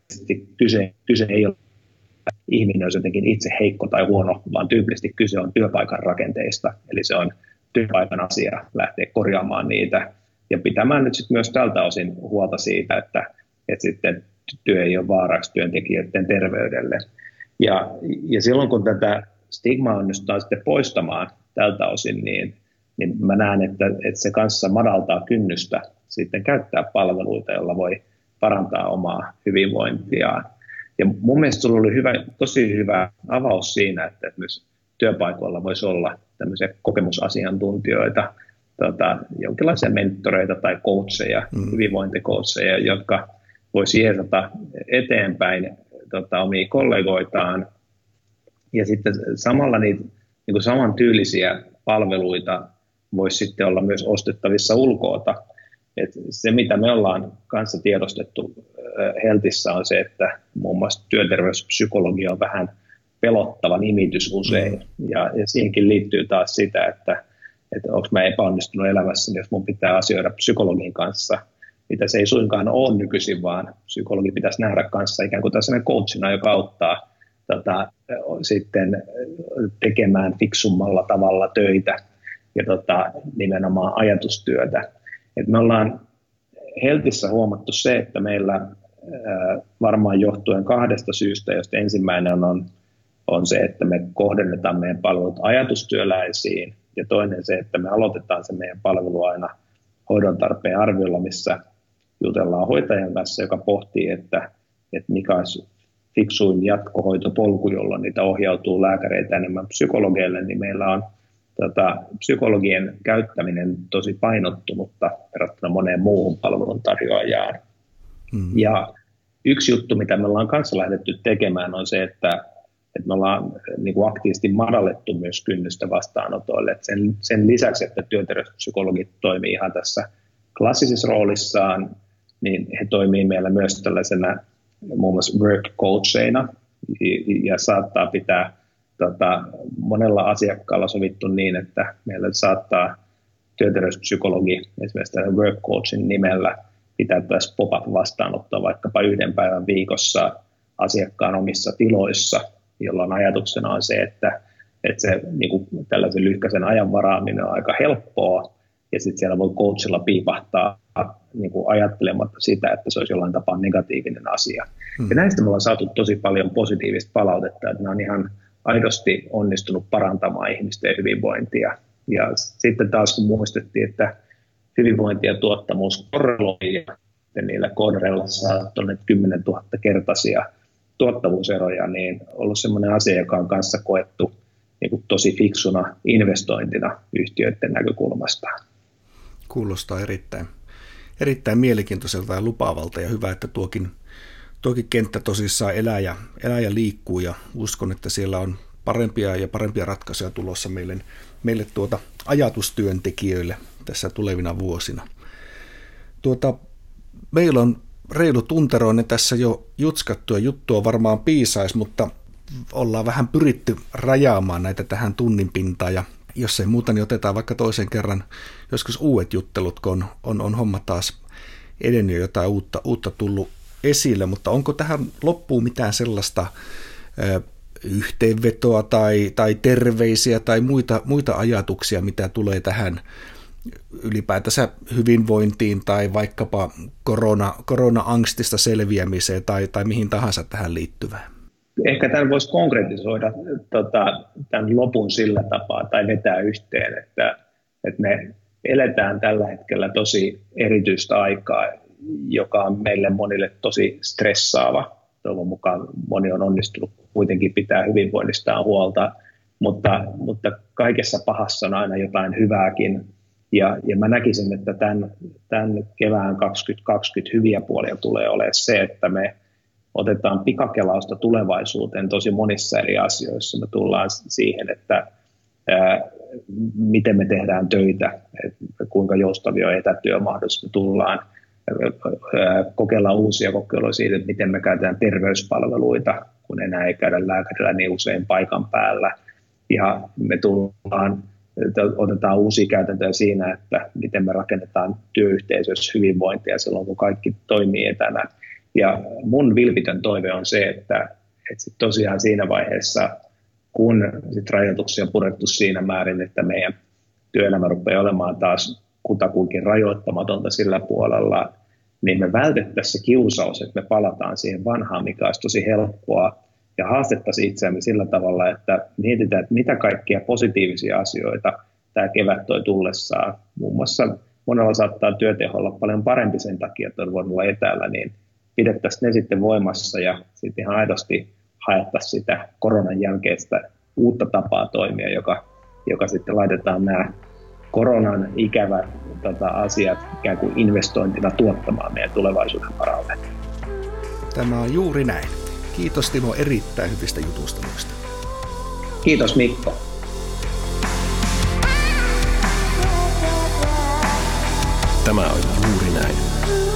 kyse, kyse ei ole ihminen olisi jotenkin itse heikko tai huono, vaan tyypillisesti kyse on työpaikan rakenteista. Eli se on työpaikan asia lähteä korjaamaan niitä ja pitämään nyt sitten myös tältä osin huolta siitä, että, että sitten työ ei ole vaaraksi työntekijöiden terveydelle. Ja, ja silloin kun tätä stigmaa onnistutaan sitten poistamaan tältä osin, niin, niin mä näen, että, että se kanssa madaltaa kynnystä sitten käyttää palveluita, joilla voi parantaa omaa hyvinvointiaan. Ja mun mielestä sulla oli hyvä, tosi hyvä avaus siinä, että myös työpaikoilla voisi olla tämmöisiä kokemusasiantuntijoita, tota, jonkinlaisia mentoreita tai coacheja, mm. hyvinvointikoutseja, jotka voisi jeesata eteenpäin tota, omia kollegoitaan. Ja sitten samalla niitä niin kuin samantyylisiä palveluita voisi sitten olla myös ostettavissa ulkoota. Et se, mitä me ollaan kanssa tiedostettu Heltissä, on se, että muun muassa työterveyspsykologia on vähän pelottava nimitys usein. Mm. Ja, ja siihenkin liittyy taas sitä, että, että onko mä epäonnistunut elämässäni, jos mun pitää asioida psykologin kanssa, mitä se ei suinkaan ole nykyisin, vaan psykologi pitäisi nähdä kanssa ikään kuin tällaisena coachina, joka auttaa tota, sitten tekemään fiksummalla tavalla töitä ja tota, nimenomaan ajatustyötä. Et me ollaan Heltissä huomattu se, että meillä ää, varmaan johtuen kahdesta syystä, josta ensimmäinen on, on se, että me kohdennetaan meidän palvelut ajatustyöläisiin, ja toinen se, että me aloitetaan se meidän palvelu aina hoidon tarpeen arviolla, missä jutellaan hoitajan kanssa, joka pohtii, että, että mikä olisi fiksuin jatkohoitopolku, jolloin niitä ohjautuu lääkäreitä enemmän psykologeille, niin meillä on Tota, psykologien käyttäminen tosi painottunutta verrattuna moneen muuhun palveluntarjoajaan. Mm. Ja yksi juttu, mitä me ollaan kanssa lähdetty tekemään, on se, että, että me ollaan niin kuin aktiivisesti madallettu myös kynnystä vastaanotoille. Et sen, sen lisäksi, että työterveyspsykologit toimii ihan tässä klassisessa roolissaan, niin he toimii meillä myös tällaisena muun muassa work coacheina ja saattaa pitää Tota, monella asiakkaalla sovittu niin, että meillä saattaa työterveyspsykologi esimerkiksi tämän work coachin nimellä pitää tässä pop-up-vastaanottoa vaikkapa yhden päivän viikossa asiakkaan omissa tiloissa, jolloin ajatuksena on se, että, että se niin kuin tällaisen lyhkäisen ajan varaaminen on aika helppoa ja sitten siellä voi coachilla piipahtaa niin kuin ajattelematta sitä, että se olisi jollain tapaa negatiivinen asia. Hmm. Ja näistä me ollaan saatu tosi paljon positiivista palautetta, että nämä on ihan aidosti onnistunut parantamaan ihmisten hyvinvointia. Ja sitten taas kun muistettiin, että hyvinvointi ja tuottamus korreloi ja niillä kohdreilla saa tuonne kymmenen tuhatta kertaisia tuottavuuseroja, niin on ollut sellainen asia, joka on kanssa koettu niin kuin tosi fiksuna investointina yhtiöiden näkökulmasta.
Kuulostaa erittäin, erittäin mielenkiintoiselta ja lupaavalta ja hyvä, että tuokin Toki kenttä tosissaan elää ja, elää ja liikkuu ja uskon, että siellä on parempia ja parempia ratkaisuja tulossa meille, meille tuota ajatustyöntekijöille tässä tulevina vuosina. Tuota, meillä on reilu tunteroinen tässä jo jutskattua juttua varmaan piisaisi, mutta ollaan vähän pyritty rajaamaan näitä tähän tunnin pintaan ja jos ei muuta, niin otetaan vaikka toisen kerran joskus uudet juttelut, kun on, on, on homma taas edennyt ja jotain uutta, uutta tullut esille, mutta onko tähän loppuun mitään sellaista ö, yhteenvetoa tai, tai terveisiä tai muita, muita ajatuksia, mitä tulee tähän ylipäätänsä hyvinvointiin tai vaikkapa korona, korona-angstista selviämiseen tai, tai mihin tahansa tähän liittyvään?
Ehkä tämän voisi konkretisoida tota, tämän lopun sillä tapaa tai vetää yhteen, että, että me eletään tällä hetkellä tosi erityistä aikaa, joka on meille monille tosi stressaava. Toivon mukaan moni on onnistunut kuitenkin pitää hyvinvoinnistaan huolta. mutta, mutta kaikessa pahassa on aina jotain hyvääkin. Ja, ja mä näkisin, että tämän, tämän kevään kaksituhattakaksikymmentä hyviä puolia tulee olemaan se, että me otetaan pikakelausta tulevaisuuteen tosi monissa eri asioissa. Me tullaan siihen, että ää, miten me tehdään töitä, että kuinka joustavia on etätyömahdollisuus. Me tullaan ää, kokeillaan uusia kokeiluja siitä, että miten me käytetään terveyspalveluita, kun enää ei käydä lääkärillä niin usein paikan päällä. Ja me tullaan, otetaan uusia käytäntöjä siinä, että miten me rakennetaan työyhteisössä hyvinvointia silloin, kun kaikki toimii etänä. Ja mun vilpitön toive on se, että, että sit tosiaan siinä vaiheessa, kun sit rajoituksia on purettu siinä määrin, että meidän työelämä rupeaa olemaan taas kutakuinkin rajoittamatonta sillä puolella, niin me vältettäisiin se kiusaus, että me palataan siihen vanhaan, mikä olisi tosi helppoa, ja haastettaisiin itseämme sillä tavalla, että mietitään, että mitä kaikkia positiivisia asioita tämä kevät toi tullessaan. Muun muassa monella saattaa työteho olla paljon parempi sen takia, että on voinut olla etäällä, niin pidettäisiin ne sitten voimassa ja sitten ihan aidosti haettaisiin sitä koronan jälkeistä uutta tapaa toimia, joka, joka sitten laitetaan nämä koronan ikävät tota, asiat ikään kuin investointina tuottamaan meidän tulevaisuuden varalle.
Tämä on juuri näin. Kiitos Timo erittäin hyvistä jutusteluista.
Kiitos Mikko.
Tämä on juuri näin.